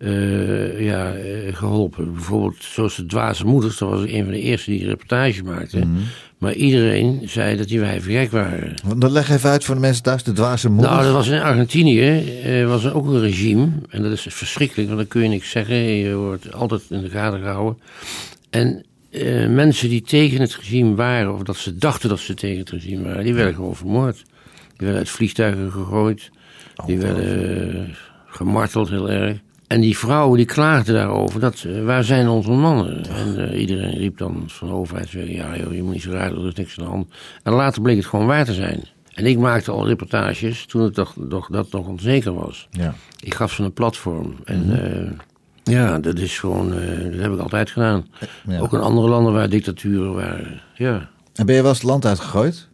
S4: Uh, ja, uh, geholpen. Bijvoorbeeld zoals de Dwaze Moeders, dat was ik een van de eerste die een reportage maakte. Mm-hmm. Maar iedereen zei dat die wijven gek waren.
S2: Dan leg even uit voor de mensen thuis, de Dwaze Moeders.
S4: Nou, dat was in Argentinië, uh, was er ook een regime. En dat is verschrikkelijk, want dan kun je niks zeggen. Je wordt altijd in de gaten gehouden. En uh, mensen die tegen het regime waren, of dat ze dachten dat ze tegen het regime waren, die werden gewoon vermoord. Die werden uit vliegtuigen gegooid. Die oh, werden uh, gemarteld heel erg. En die vrouwen die klaagden daarover, dat, uh, waar zijn onze mannen? En uh, iedereen riep dan van de overheid, ja joh, je moet niet zo raar, er is niks aan de hand. En later bleek het gewoon waar te zijn. En ik maakte al reportages toen het toch, toch, dat nog onzeker was.
S2: Ja.
S4: Ik gaf ze een platform. En mm-hmm. uh, ja, dat is gewoon, uh, dat heb ik altijd gedaan. Ja. Ook in andere landen waar dictaturen waren, ja.
S2: En ben je wel eens het land uitgegooid?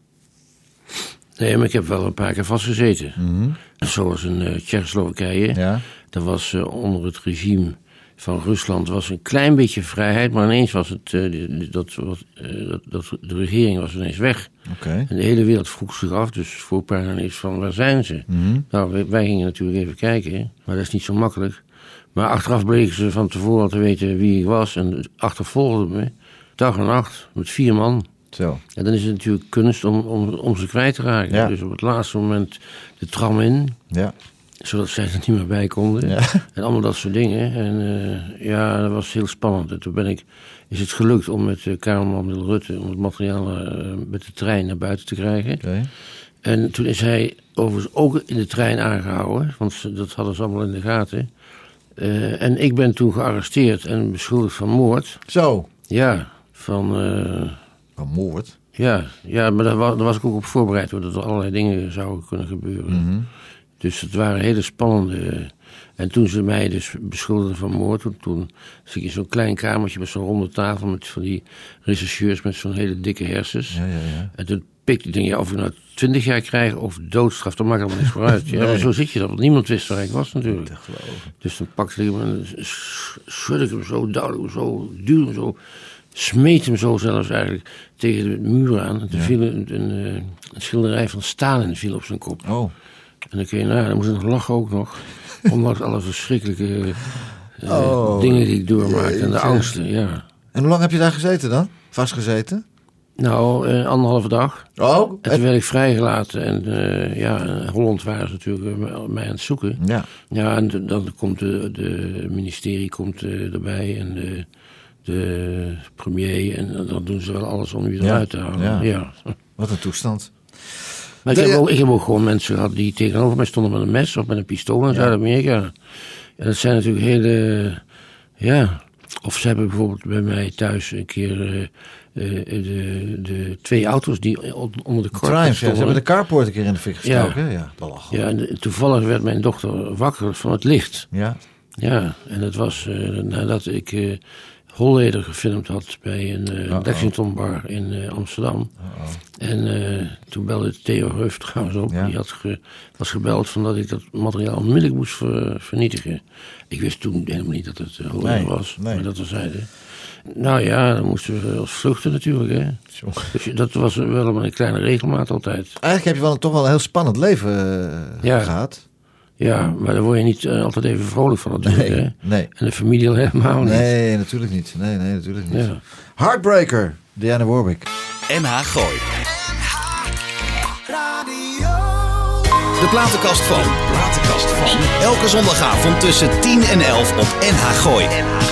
S4: Nee, maar ik heb wel een paar keer vastgezeten.
S2: Mm-hmm.
S4: Zoals in uh, Tsjechoslowakije.
S2: Ja.
S4: Dat was uh, onder het regime van Rusland was een klein beetje vrijheid, maar ineens was het uh, dat, wat, uh, dat, dat de regering was ineens weg.
S2: Okay.
S4: En de hele wereld vroeg zich af, dus voor een paar jaar is van waar zijn ze?
S2: Mm-hmm.
S4: Nou, wij, wij gingen natuurlijk even kijken, maar dat is niet zo makkelijk. Maar achteraf bleken ze van tevoren al te weten wie ik was en achtervolgden me dag en nacht met vier man.
S2: Zo.
S4: En dan is het natuurlijk kunst om, om, om ze kwijt te raken.
S2: Ja.
S4: Dus op het laatste moment de tram in.
S2: Ja.
S4: Zodat zij er niet meer bij konden.
S2: Ja.
S4: En allemaal dat soort dingen. En uh, ja, dat was heel spannend. En toen ben ik, is het gelukt om met uh, Kamerman Rutte... om het materiaal uh, met de trein naar buiten te krijgen.
S2: Okay.
S4: En toen is hij overigens ook in de trein aangehouden. Want dat hadden ze allemaal in de gaten. Uh, en ik ben toen gearresteerd en beschuldigd van moord.
S2: Zo?
S4: Ja, van... Uh,
S2: Van moord?
S4: Ja, ja maar daar was, daar was ik ook op voorbereid, hoor, dat er allerlei dingen zouden kunnen gebeuren.
S2: Mm-hmm.
S4: Dus het waren hele spannende... En toen ze mij dus beschuldigden van moord, toen, toen zat ik in zo'n klein kamertje met zo'n ronde tafel met van die rechercheurs met zo'n hele dikke hersens.
S2: Ja, ja, ja.
S4: En toen pikte ik, denk je, of ik nou twintig jaar krijg of doodstraf, dan maakt er maar niks vooruit. Ja,
S2: nee.
S4: maar zo zit je dat, want niemand wist waar ik was natuurlijk.
S2: Te geloven.
S4: Dus dan pakte ik hem en schudde ik hem zo, duwde hem zo, duwde hem zo, smeet hem zo zelfs eigenlijk tegen de muur aan. En toen
S2: Ja.
S4: viel een, een, een schilderij van Stalin viel op zijn kop.
S2: Oh.
S4: En dan kun je, nou, dan moest ik nog lachen ook nog. Ondanks alle verschrikkelijke uh,
S2: Oh.
S4: dingen die ik doormaak en de
S2: Jeetje.
S4: angsten, ja.
S2: En hoe lang heb je daar gezeten dan? Vastgezeten?
S4: Nou, uh, anderhalve dag.
S2: Oh.
S4: En toen werd ik vrijgelaten. En uh, ja, in Holland waren ze natuurlijk uh, mij aan het zoeken.
S2: Ja.
S4: Ja, en de, dan komt de, de ministerie komt, uh, erbij en de, de premier. En dan doen ze wel alles om je eruit
S2: Ja.
S4: te halen.
S2: Ja.
S4: Ja.
S2: Wat een toestand.
S4: Maar
S2: De-
S4: ik heb, ook, ik heb ook gewoon mensen gehad die tegenover mij stonden met een mes of met een pistool in Zuid-Amerika. En dat zijn natuurlijk hele... Ja... Of ze hebben bijvoorbeeld bij mij thuis een keer uh, uh, de, de twee auto's die on- onder de
S2: Triumph,
S4: carport
S2: ja. Ze
S4: stonden.
S2: hebben de carport een keer in de fik gestoken.
S4: Ja.
S2: Ja, belachelijk.
S4: Ja, en de- toevallig werd mijn dochter wakker van het licht.
S2: Ja.
S4: Ja, en dat was uh, nadat ik uh, Holleder gefilmd had bij een uh, Lexington bar in uh, Amsterdam.
S2: Uh-oh.
S4: En uh, toen belde Theo Heuft trouwens op.
S2: Ja.
S4: Die had ge, was gebeld van dat ik dat materiaal onmiddellijk moest ver, vernietigen. Ik wist toen helemaal niet dat het uh, Holleder
S2: Nee,
S4: was.
S2: nee.
S4: Maar dat we zeiden. Nou ja, dan moesten we als vluchten natuurlijk. Hè. Dus dat was wel maar een kleine regelmaat altijd.
S2: Eigenlijk heb je wel, toch wel een heel spannend leven uh,
S4: Ja.
S2: gehad.
S4: Ja, maar daar word je niet uh, altijd even vrolijk van natuurlijk.
S2: Nee,
S4: Hè.
S2: nee.
S4: En de familie al helemaal niet.
S2: Nee, natuurlijk niet. Nee, nee, natuurlijk niet.
S4: Ja.
S2: Heartbreaker, Diana Warwick.
S1: N H Gooi. De platenkast van. Platenkast van. Elke zondagavond tussen tien en elf op N H Gooi.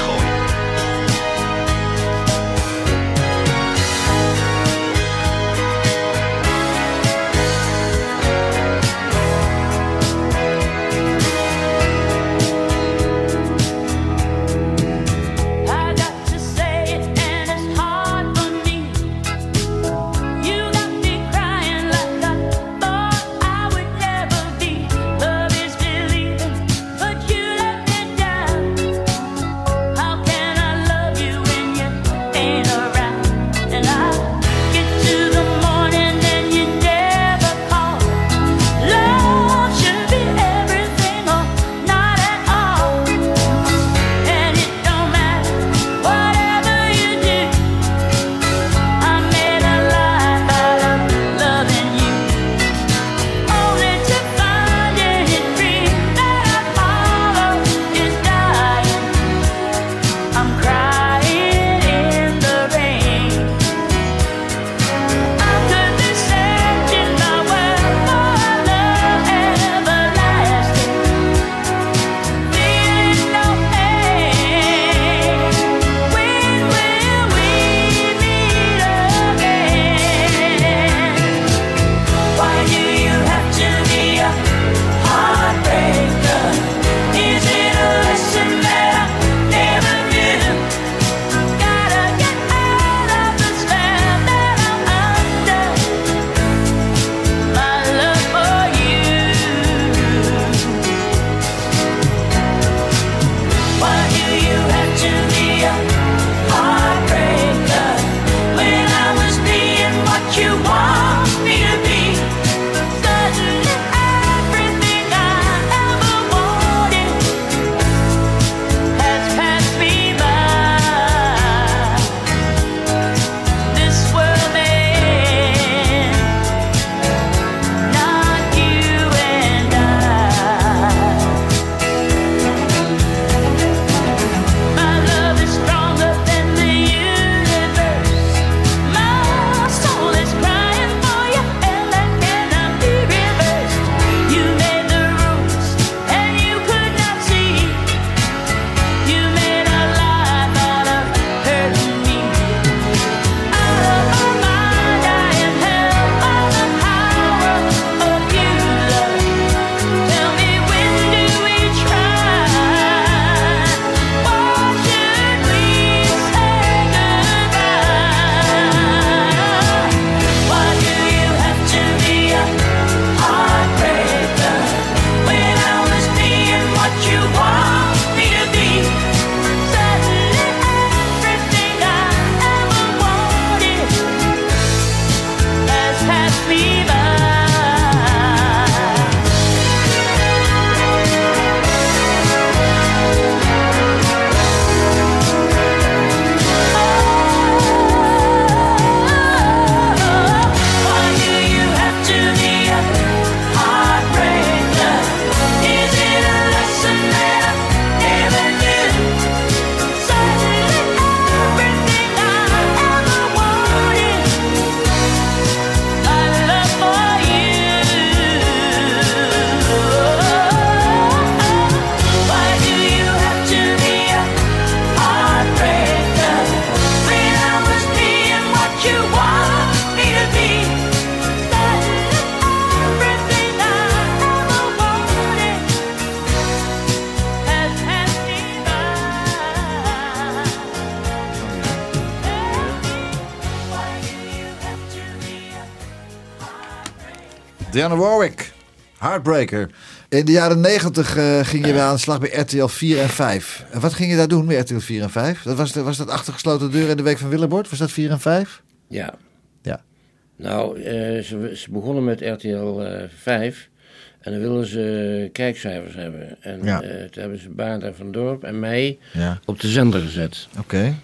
S9: I got to say it and it's hard for me. You got me crying like I thought I would never be. Love is believing, but you let me down.
S2: Dionne Warwick, Heartbreaker. In de jaren negentig uh, ging je weer aan de slag bij R T L vier en vijf. En wat ging je daar doen bij R T L vier en vijf? Dat was, de, was dat achter gesloten deuren in de week van Willebord? Was dat vier en vijf?
S4: Ja.
S2: Ja.
S4: Nou, uh, ze, ze begonnen met R T L vijf. En dan wilden ze kijkcijfers hebben. En ja. uh, toen hebben ze Baarda van Dorp en mij ja. op de zender gezet.
S2: Oké. Okay.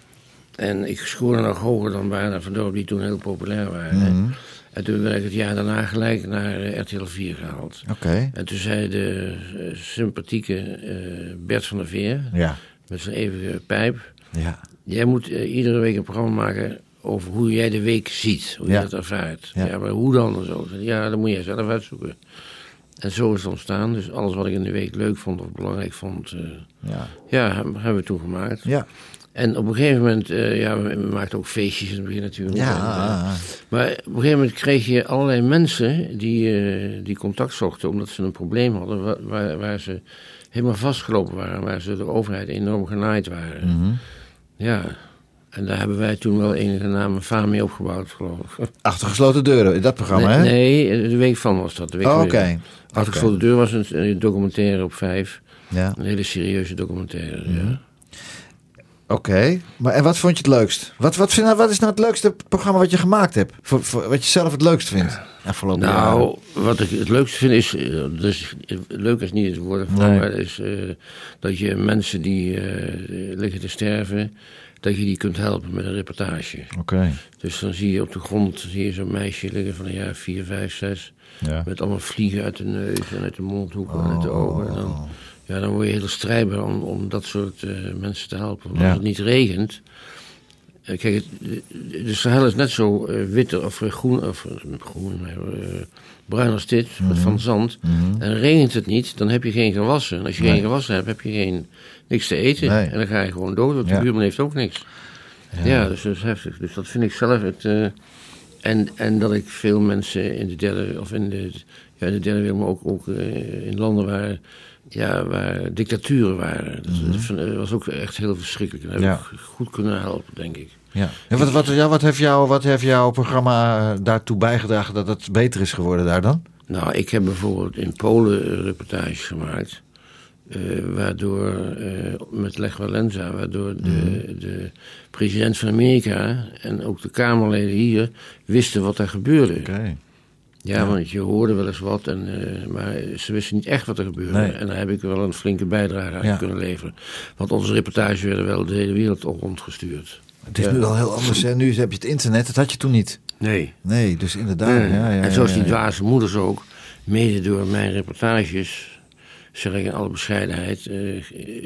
S4: En ik scoorde nog hoger dan Baarda van Dorp, die toen heel populair waren.
S2: Mm-hmm.
S4: En toen werd ik het jaar daarna gelijk naar uh, R T L vier gehaald.
S2: Oké. Okay.
S4: En toen zei de uh, sympathieke uh, Bert van der Veer, ja. met zijn eeuwige pijp...
S2: Ja.
S4: Jij moet uh, iedere week een programma maken over hoe jij de week ziet. Hoe ja. je dat ervaart. Ja. ja, maar hoe dan en zo? Ja, dat moet jij zelf uitzoeken. En zo is het ontstaan. Dus alles wat ik in de week leuk vond of belangrijk vond... Uh, ja. ja, hebben we toen gemaakt.
S2: Ja.
S4: En op een gegeven moment... Uh, ja, we, we maakten ook feestjes in het begin natuurlijk.
S2: Ja.
S4: En, uh, maar op een gegeven moment kreeg je allerlei mensen... die, uh, die contact zochten omdat ze een probleem hadden... Waar, waar, waar ze helemaal vastgelopen waren. Waar ze door de overheid enorm genaaid waren.
S2: Mm-hmm.
S4: Ja... En daar hebben wij toen wel enige namen vaar mee opgebouwd, geloof ik.
S2: Achter gesloten deuren, in dat programma,
S4: nee,
S2: hè?
S4: Nee, de week van was dat. De week
S2: oh, oké.
S4: Okay. Achter
S2: okay.
S4: gesloten deur was een, een documentaire op vijf.
S2: Ja.
S4: Een hele serieuze documentaire, mm-hmm. ja.
S2: Oké, okay. Maar en wat vond je het leukst? Wat, wat, vind, wat is nou het leukste programma wat je gemaakt hebt? Voor, voor, wat je zelf het leukst vindt? Afgelopen
S4: nou,
S2: jaren.
S4: Wat ik het leukste vind is... Dus, leuk is niet het woord voor, nee. maar is uh, dat je mensen die uh, liggen te sterven... dat je die kunt helpen met een reportage.
S2: Oké. Okay.
S4: Dus dan zie je op de grond zie je zo'n meisje liggen van een jaar vier, vijf, zes... Ja. Met allemaal vliegen uit de neus en uit de mondhoeken oh, en uit de ogen. En dan, ja, dan word je heel strijdbaar om, om dat soort uh, mensen te helpen. Want ja. Als het niet regent... Uh, kijk, het, de Sahel is net zo uh, wit of uh, groen... of uh, groen, uh, bruin als dit, mm-hmm. van zand. Mm-hmm. En regent het niet, dan heb je geen gewassen. En als je nee. geen gewassen hebt, heb je geen, niks te eten. Nee. En dan ga je gewoon dood, want de ja. buurman heeft ook niks. Ja, ja dus dat is heftig. Dus dat vind ik zelf het... Uh, en, en dat ik veel mensen in de derde... of in de, ja, in de derde wereld, maar ook, ook uh, in landen waar... Ja, waar dictaturen waren. Dat, mm-hmm. dat was ook echt heel verschrikkelijk. En dat heb ja. ik goed kunnen helpen, denk ik.
S2: Ja. En wat, wat, ja, wat, heeft jou, wat heeft jouw programma daartoe bijgedragen dat het beter is geworden daar dan?
S4: Nou, ik heb bijvoorbeeld in Polen reportages gemaakt... Uh, waardoor, uh, met Lech Walesa, waardoor de, mm-hmm. de president van Amerika... en ook de Kamerleden hier wisten wat er gebeurde.
S2: Okay.
S4: Ja, ja, want je hoorde wel eens wat, en, uh, maar ze wisten niet echt wat er gebeurde. Nee. En daar heb ik wel een flinke bijdrage aan ja. kunnen leveren. Want onze reportages werden wel de hele wereld al rondgestuurd.
S2: Het is
S4: ja.
S2: nu al heel anders, hè? Nu heb je het internet, dat had je toen niet.
S4: Nee.
S2: Nee, dus inderdaad. Nee. Ja, ja,
S4: en zoals
S2: ja,
S4: die
S2: ja.
S4: dwaze moeders ook, mede door mijn reportages, zeg ik in alle bescheidenheid... Uh,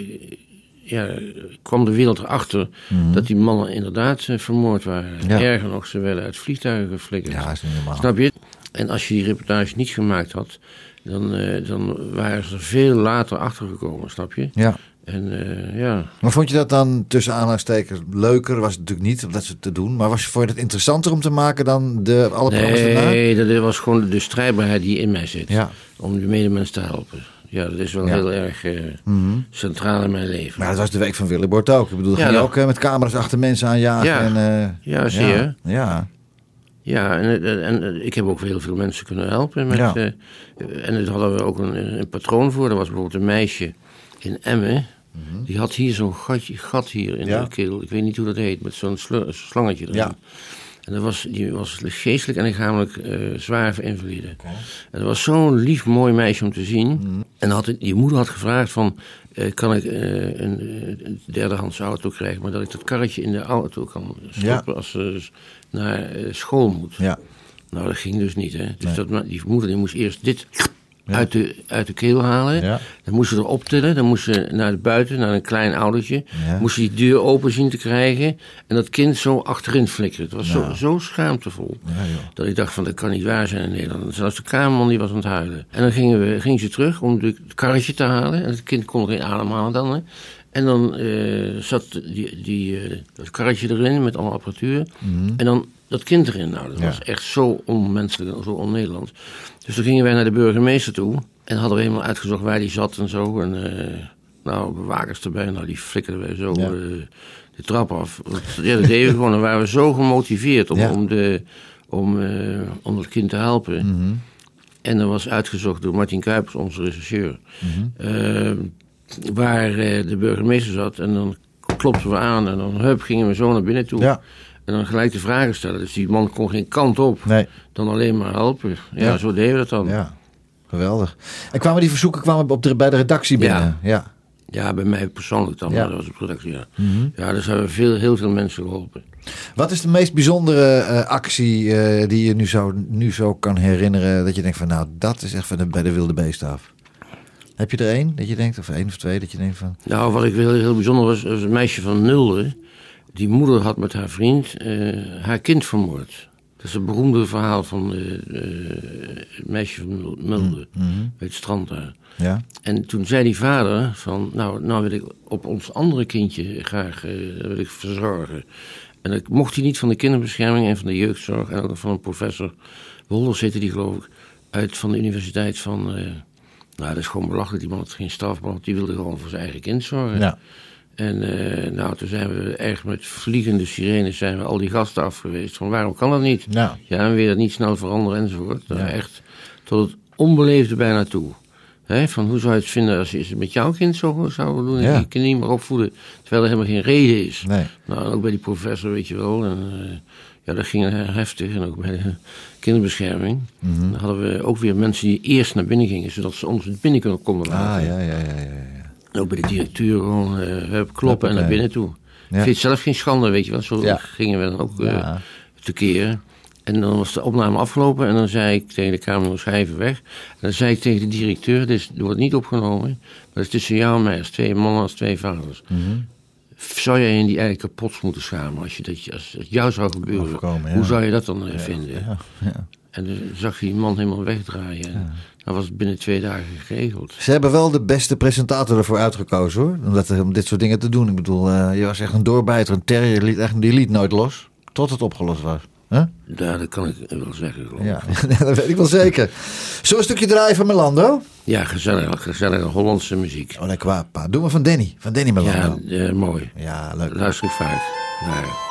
S4: ja, kwam de wereld erachter mm-hmm. dat die mannen inderdaad uh, vermoord waren. Ja. Erger nog, ze werden uit vliegtuigen geflikkerd.
S2: Ja, dat is niet normaal.
S4: Snap je? En als je die reportage niet gemaakt had, dan, uh, dan waren ze er veel later achtergekomen, snap je?
S2: Ja.
S4: En uh, ja.
S2: Maar vond je dat dan tussen aanhalingstekens leuker? Was het natuurlijk niet om dat ze te doen, maar was, vond je het interessanter om te maken dan de, alle programma's daarna?
S4: Nee, dat was gewoon de strijdbaarheid die in mij zit.
S2: Ja.
S4: Om de medemens te helpen. Ja, dat is wel ja. heel erg uh, mm-hmm. centraal in mijn leven.
S2: Maar dat was de week van Willebord ook. Ik bedoel, ja, ging je ook uh, met camera's achter mensen aanjagen.
S4: Ja,
S2: en, uh,
S4: ja zie je.
S2: Ja. ja.
S4: Ja, en, en, en ik heb ook heel veel mensen kunnen helpen. Met, ja. uh, en daar hadden we ook een, een patroon voor. Er was bijvoorbeeld een meisje in Emmen. Mm-hmm. Die had hier zo'n gatje, gat hier in ja. de keel. Ik weet niet hoe dat heet, met zo'n sl- slangetje erin. Ja. En dat was, die was geestelijk en lichamelijk uh, zwaar invalide. Okay. En dat was zo'n lief, mooi meisje om te zien. Mm. En had, die moeder had gevraagd van... Uh, kan ik uh, een, een derdehands auto krijgen... maar dat ik dat karretje in de auto kan stoppen... Ja. als ze dus naar uh, school moet.
S2: Ja.
S4: Nou, dat ging dus niet, hè. Dus nee. dat, die moeder die moest eerst dit... Ja. Uit, de, uit de keel halen. Ja. Dan moest ze erop tillen. Dan moest ze naar de buiten, naar een klein oudertje. Ja. Moest ze die deur open zien te krijgen. En dat kind zo achterin flikkeren. Het was ja. zo, zo schaamtevol. Ja, dat ik dacht van, dat kan niet waar zijn in Nederland. Zelfs de kamerman die was aan het huilen. En dan gingen we, ging ze terug om het karretje te halen. En het kind kon geen ademhalen dan. Hè. En dan uh, zat die, die, uh, dat karretje erin met alle apparatuur. Mm-hmm. En dan dat kind erin. Nou, dat ja. was echt zo onmenselijk en zo on-Nederlands. Dus toen gingen wij naar de burgemeester toe. En hadden we helemaal uitgezocht waar die zat en zo. En uh, nou, bewakers erbij. Nou, die flikkerden wij zo ja. uh, de trap af. Ja, dat deden we gewoon. En waren we zo gemotiveerd om, ja. om, de, om, uh, om het kind te helpen.
S2: Mm-hmm.
S4: En dat was uitgezocht door Martin Kuipers, onze rechercheur. Mm-hmm. Uh, waar uh, de burgemeester zat. En dan klopten we aan en dan hup, gingen we zo naar binnen toe. Ja. En dan gelijk de vragen stellen. Dus die man kon geen kant op. Nee. Dan alleen maar helpen. Ja, ja. Zo deden we dat dan.
S2: Ja, geweldig. En kwamen die verzoeken kwamen op de, bij de redactie binnen?
S4: Ja.
S2: Ja.
S4: Ja, bij mij persoonlijk dan. Ja. Maar dat was op de redactie, ja. Mm-hmm. Ja, dus hebben we veel, heel veel mensen geholpen.
S2: Wat is de meest bijzondere uh, actie uh, die je nu zo, nu zo kan herinneren? Dat je denkt van, nou, dat is echt van de, bij de wilde beesten af. Heb je er één dat je denkt, of één of twee dat je denkt van...
S4: Nou, wat ik heel, heel bijzonder was, was een meisje van Nulde. Die moeder had met haar vriend uh, haar kind vermoord. Dat is een beroemde verhaal van uh, uh, het meisje van Nulde. Mm-hmm. Bij het strand daar. Ja. En toen zei die vader van, nou, nou wil ik op ons andere kindje graag uh, wil ik verzorgen. En dat mocht hij niet van de kinderbescherming en van de jeugdzorg en ook van een professor, Wolders heette die geloof ik, uit van de universiteit van... Uh, nou, dat is gewoon belachelijk, die man had geen strafblad, die wilde gewoon voor zijn eigen kind zorgen. Ja. En uh, nou, toen zijn we erg met vliegende sirenes zijn we al die gasten af geweest. Van waarom kan dat niet? Ja, ja en weer dat niet snel veranderen enzovoort. Ja. Echt tot het onbeleefde bijna toe. He, van hoe zou je het vinden als je het met jouw kind zo zou doen? Ja. Je kind niet meer opvoeden, terwijl er helemaal geen reden is. Nee. Nou, ook bij die professor, weet je wel. En, uh, ja, dat ging heftig. En ook bij de kinderbescherming. Mm-hmm. Dan hadden we ook weer mensen die eerst naar binnen gingen, zodat ze ons binnen kunnen komen laten.
S2: Ah, ja, ja, ja, ja, ja.
S4: En ook bij de directeur gewoon uh, kloppen en naar binnen toe. Ja. Ik vind het zelf geen schande, weet je wel. Zo ja. gingen we dan ook uh, ja. tekeer. En dan was de opname afgelopen en dan zei ik tegen de camera, schrijven weg. En dan zei ik tegen de directeur, dit wordt niet opgenomen, maar het is tussen jou en mij, als twee mannen, als twee vaders. Mm-hmm. Zou jij in die eigenlijk kapot moeten schamen als, je dat, als het jou zou gebeuren? Afkomen, ja. Hoe zou je dat dan uh, vinden? Ja, ja. En dan zag je die man helemaal wegdraaien. Ja. Dat was binnen twee dagen geregeld.
S2: Ze hebben wel de beste presentator ervoor uitgekozen, hoor. Om, dat, om dit soort dingen te doen. Ik bedoel, uh, je was echt een doorbijter, een terrier. Die liet, echt, die liet nooit los, tot het opgelost was. Huh?
S4: Ja, dat kan ik wel zeggen, geloof ik.
S2: Ja, dat weet ik wel zeker. Zullen we een stukje draaien van Melando?
S4: Ja, gezellig, gezellige Hollandse muziek.
S2: Oh, lekker pa. Doe maar van Danny. Van Danny Melando.
S4: Ja, uh, mooi.
S2: Ja, leuk.
S4: Luister ik vaak naar.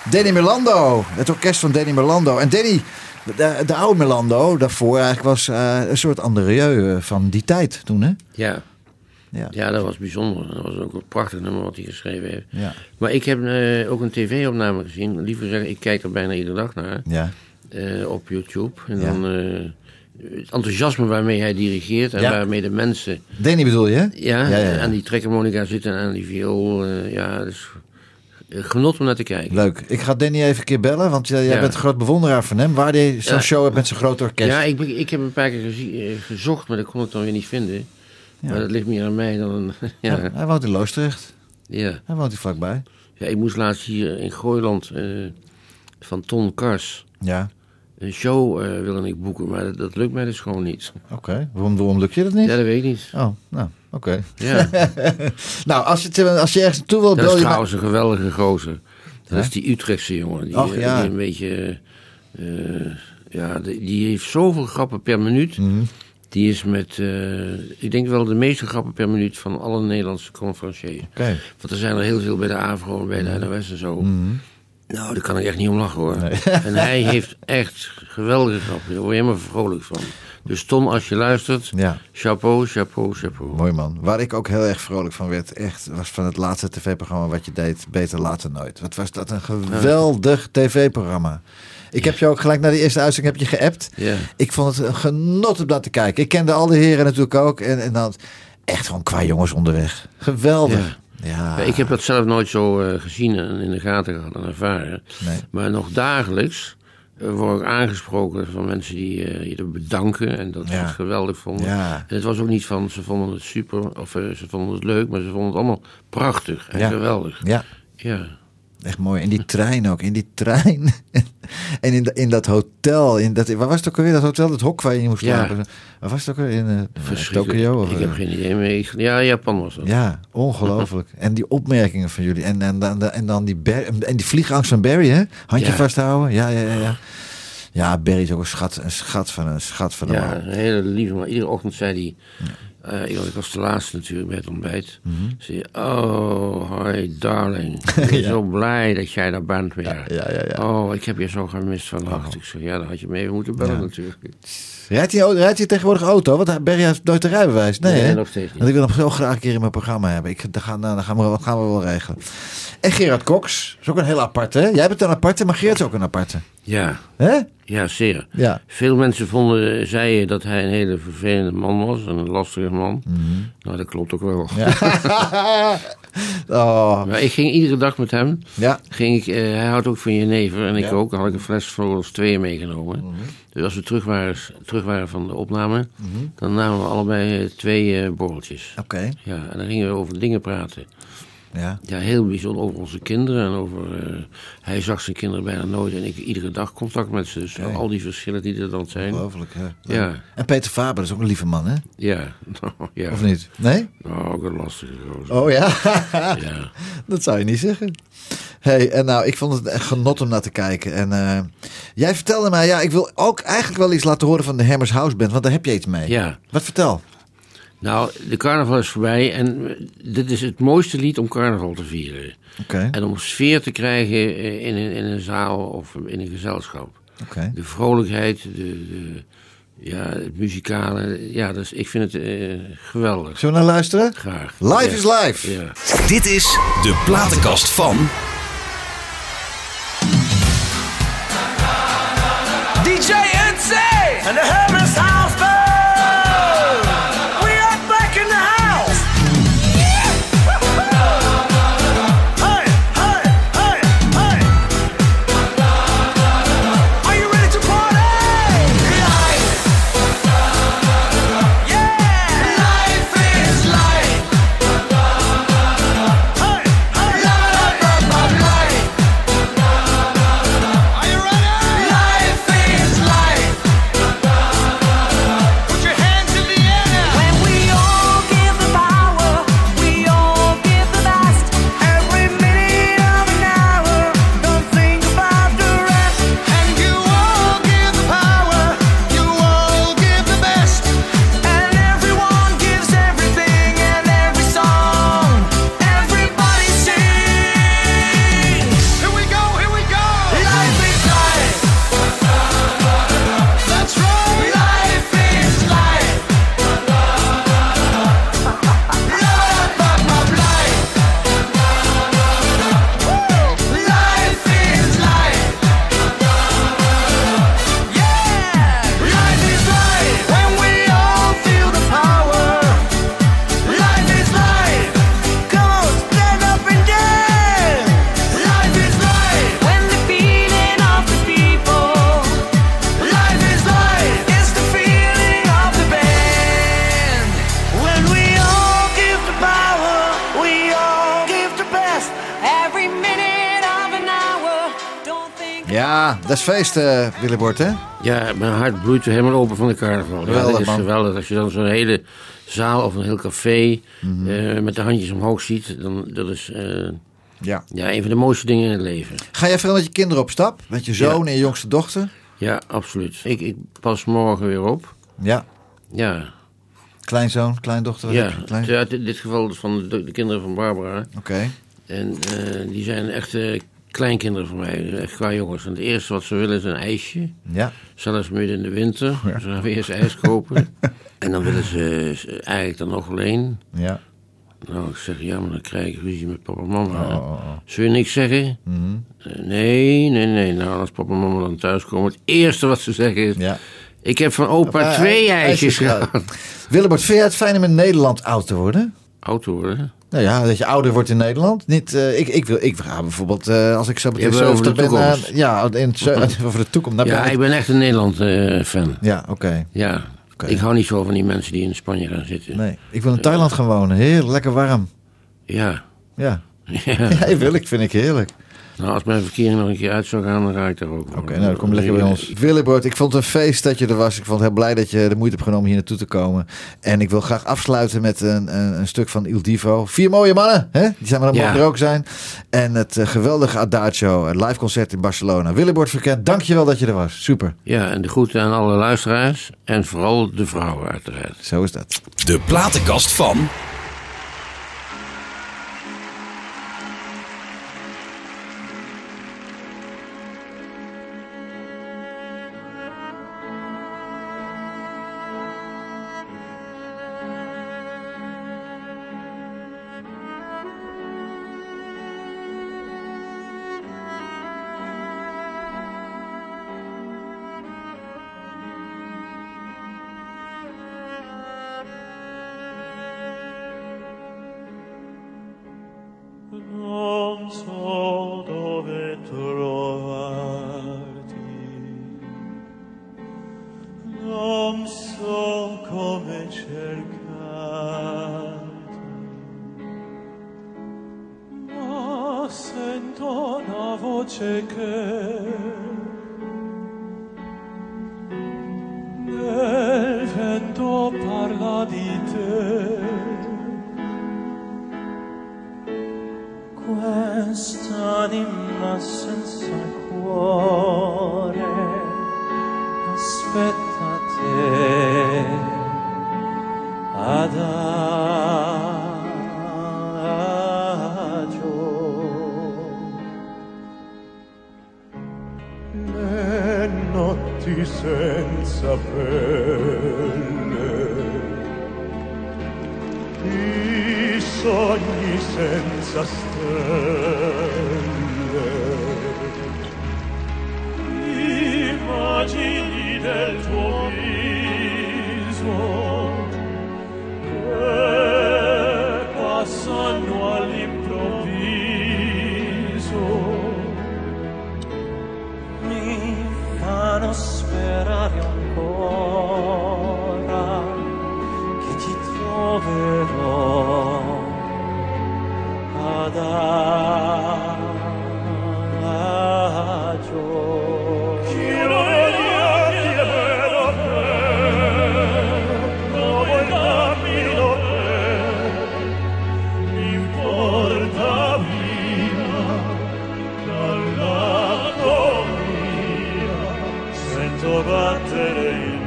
S2: Danny Merlando. Het orkest van Danny Merlando. En Danny, de, de oude Merlando, daarvoor eigenlijk was uh, een soort anderieu van die tijd toen, hè?
S4: Ja.
S2: Ja.
S4: ja, dat was bijzonder. Dat was ook een prachtig nummer wat hij geschreven heeft.
S2: Ja.
S4: Maar ik heb uh, ook een tv-opname gezien. Liever zeggen, ik kijk er bijna iedere dag naar.
S2: Ja.
S4: Uh, op YouTube. En
S2: ja.
S4: dan uh, het enthousiasme waarmee hij dirigeert en ja. waarmee de mensen...
S2: Danny bedoel je, hè?
S4: Ja, ja, ja, ja. aan die trekharmonica zitten en aan die viool. Uh, ja, dus genot om naar te kijken.
S2: Leuk. Ik ga Danny even een keer bellen, want jij ja. bent een groot bewonderaar van hem. Waar hij zo'n ja. show hebt met zijn grote orkest.
S4: Ja, ik, ik heb een paar keer gezi- gezocht, maar dat kon ik dan weer niet vinden. Ja. Maar dat ligt meer aan mij dan... Een, ja.
S2: Ja, hij woont in Loosdrecht.
S4: Ja.
S2: Hij woont hier vlakbij.
S4: Ja, ik moest laatst hier in Gooiland uh, van Ton Kars...
S2: Ja.
S4: Een show uh, wilde ik boeken, maar dat, dat lukt mij dus gewoon niet.
S2: Oké, okay. waarom, waarom lukt je dat niet?
S4: Ja, dat weet ik niet.
S2: Oh, nou, oké. Okay.
S4: Ja.
S2: nou, als je, als je ergens naartoe wil...
S4: Dat is
S2: je
S4: trouwens
S2: maar...
S4: een geweldige gozer. Dat
S2: ja?
S4: is die Utrechtse jongen. Die,
S2: Och, ja.
S4: die een beetje... Uh, ja, die, die heeft zoveel grappen per minuut.
S2: Mm-hmm. Die
S4: is met, uh, ik denk wel de meeste grappen per minuut van alle Nederlandse conferenciers.
S2: Okay.
S4: Want er zijn er heel veel bij de AVRO en bij de N O S en zo.
S2: Mm-hmm.
S4: Nou, daar kan ik echt niet om lachen, hoor.
S2: Nee.
S4: En hij heeft echt geweldige grappen. Daar word je helemaal vrolijk van. Dus Ton, als je luistert,
S2: ja.
S4: chapeau, chapeau, chapeau.
S2: Mooi man. Waar ik ook heel erg vrolijk van werd, echt, was van het laatste tv-programma wat je deed, Beter Later Nooit. Wat was dat een geweldig tv-programma. Ik heb je ook gelijk na die eerste uitzending heb je geappt.
S4: Ja.
S2: Ik vond het een genot om dat te kijken. Ik kende al de heren natuurlijk ook. En, en dan echt gewoon qua jongens onderweg. Geweldig.
S4: Ja.
S2: Ja.
S4: Ik heb dat zelf nooit zo uh, gezien en in de gaten gehad en ervaren.
S2: Nee.
S4: Maar nog dagelijks uh, word ik aangesproken van mensen die uh, je er bedanken en dat ze
S2: ja.
S4: het geweldig vonden.
S2: Ja.
S4: En het was ook niet van ze vonden het super of uh, ze vonden het leuk, maar ze vonden het allemaal prachtig en
S2: ja.
S4: geweldig.
S2: Ja.
S4: Ja.
S2: Echt mooi. In die trein ook. In die trein. En in, de, in dat hotel. In dat, waar was het ook alweer? Dat hotel, dat hok waar je niet moest slapen. Ja. Waar was het ook alweer? In uh, Tokio? Of,
S4: ik heb geen idee meer. Ja, Japan was dat.
S2: Ja, ongelooflijk. En die opmerkingen van jullie. En, en, en, en dan die, Bar- en die vliegangst van Barry, hè? Handje
S4: ja.
S2: vasthouden. Ja, ja, ja, ja. Ja, Barry is ook een schat, een schat van een schat van een
S4: ja,
S2: man.
S4: een hele lieve man. Iedere ochtend zei hij... Ja. Uh, ik was de laatste natuurlijk bij het ontbijt.
S2: Mm-hmm.
S4: Zei oh, hi darling. Ik ben ja. zo blij dat jij daar bent weer.
S2: Ja, ja, ja, ja.
S4: Oh, ik heb je zo gemist vannacht. Oh. Ik zeg, ja, dan had je me even moeten bellen ja. natuurlijk.
S2: Rijdt hij, rijdt hij tegenwoordig auto? Want Barry heeft nooit een rijbewijs. Nee,
S4: nee
S2: hè?
S4: nog steeds niet.
S2: Want ik wil hem zo graag een keer in mijn programma hebben. Ik, dan, gaan, nou, dan gaan, we, gaan we wel regelen. En Gerard Cox is ook een heel aparte. Hè? Jij bent een aparte, maar Gerard is ook een aparte.
S4: Ja.
S2: Hè?
S4: Ja, zeer.
S2: Ja.
S4: Veel mensen vonden, zeiden dat hij een hele vervelende man was. Een lastige man.
S2: Mm-hmm.
S4: Nou, dat klopt ook wel.
S2: Ja. oh.
S4: Maar ik ging iedere dag met hem.
S2: Ja.
S4: Ging ik, uh, hij houdt ook van jenever en ik
S2: ja.
S4: ook. Dan had ik een fles Florals twee meegenomen. Mm-hmm. Dus als we terug waren, terug waren van de opname, mm-hmm. dan namen we allebei uh, twee uh, borreltjes.
S2: Oké. Okay.
S4: Ja, en dan gingen we over dingen praten.
S2: Ja.
S4: Ja, heel bijzonder over onze kinderen en over... Uh, hij zag zijn kinderen bijna nooit en ik iedere dag contact met ze. Dus okay. al die verschillen die er dan zijn.
S2: Ongelooflijk, hè?
S4: Ja.
S2: En Peter Faber, dat is ook een lieve man, hè?
S4: Ja. ja.
S2: Of niet? Nee?
S4: Nou, ook een lastige gozer.
S2: Oh ja?
S4: ja.
S2: Dat zou je niet zeggen. Hey, en nou, ik vond het echt genot om naar te kijken. En uh, jij vertelde mij, ja, ik wil ook eigenlijk wel iets laten horen van de Hammers House Band, want daar heb je iets mee.
S4: Ja.
S2: Wat vertel?
S4: Nou, de carnaval is voorbij en dit is het mooiste lied om carnaval te vieren.
S2: Okay.
S4: En om sfeer te krijgen in een, in een zaal of in een gezelschap.
S2: Okay.
S4: De vrolijkheid, de, de, ja, het muzikale, ja, dus ik vind het uh, geweldig.
S2: Zullen we naar luisteren?
S4: Graag.
S2: Live
S4: ja.
S2: is live.
S4: Ja.
S1: Dit is de platenkast van...
S10: D J N C and the Hammers House Band.
S2: Ja, dat is feest, uh, Willebord, hè?
S4: Ja, mijn hart bloeit er helemaal open van de carnaval.
S2: Geweldig,
S4: ja, dat is
S2: man.
S4: geweldig. Als je dan zo'n hele zaal of een heel café mm-hmm. uh, met de handjes omhoog ziet, dan dat is uh, ja. Ja, een van de mooiste dingen in het leven.
S2: Ga jij veel met je kinderen op stap? Met je zoon ja. en je jongste dochter?
S4: Ja, absoluut. Ik, ik pas morgen weer op.
S2: Ja.
S4: Ja.
S2: Kleinzoon, kleindochter?
S4: Ja,
S2: klein...
S4: ja in dit geval van de, de kinderen van Barbara.
S2: Oké. Okay.
S4: En uh, die zijn echt uh, kleinkinderen van mij, echt qua jongens. En het eerste wat ze willen is een ijsje.
S2: Ja.
S4: Zelfs midden in de winter. Ja. Ze gaan weer eerst ijs kopen. En dan willen ze eigenlijk dan nog alleen.
S2: Ja.
S4: Nou, ik zeg, ja, maar dan krijg ik ruzie met papa en mama.
S2: Oh, oh, oh.
S4: Zul je niks zeggen?
S2: Mm-hmm.
S4: Uh, nee, nee, nee. Nou, als papa en mama dan thuiskomen, het eerste wat ze zeggen is... Ja. Ik heb van opa papa, twee ijsjes gehad.
S2: Willebord, vind jij het fijn om in Nederland oud te worden?
S4: Oud te worden?
S2: Nou ja, dat je ouder wordt in Nederland. Niet, uh, ik, ik, wil, ik ga bijvoorbeeld, uh, als ik zo meteen
S4: zeventig ben... Uh,
S2: ja, in, over de toekomst.
S4: Ja, ik, ik ben echt een Nederland-fan. Uh,
S2: ja, oké. Okay.
S4: Ja, okay. Ik hou niet zo van die mensen die in Spanje gaan zitten.
S2: Nee, ik wil in Thailand gaan wonen. Heel lekker warm.
S4: Ja.
S2: Ja. Ja, ja wil ik, vind ik heerlijk.
S4: Nou, als mijn verkering nog een keer uit zou gaan, dan ga ik daar ook.
S2: Oké, okay, nou, dan kom je lekker bij ons. Willebord, ik vond het een feest dat je er was. Ik vond het heel blij dat je de moeite hebt genomen hier naartoe te komen. En ik wil graag afsluiten met een, een, een stuk van Il Divo. Vier mooie mannen, hè? Die zijn maar dan ja. mogen er ook zijn. En het uh, geweldige Adagio, een live concert in Barcelona. Willebord Verkent, dank je wel dat je er was. Super.
S4: Ja, en de groeten aan alle luisteraars. En vooral de vrouwen uiteraard.
S2: Zo is dat.
S1: De platenkast van...
S11: Non so dove trovarti, non so come cercarti, ma sento una voce che nel vento parla di te. Quest'anima senza cuore aspetta te adagio. Le notti senza pelle, i sogni senza stelle, immagini del tuo viso che passano all'improvviso, mi fanno sperare ancora che ti troverò adagio. Chilo e gli occhi e vedo te, trovo il cammino te, mi porta via dall'agonia, sento battere il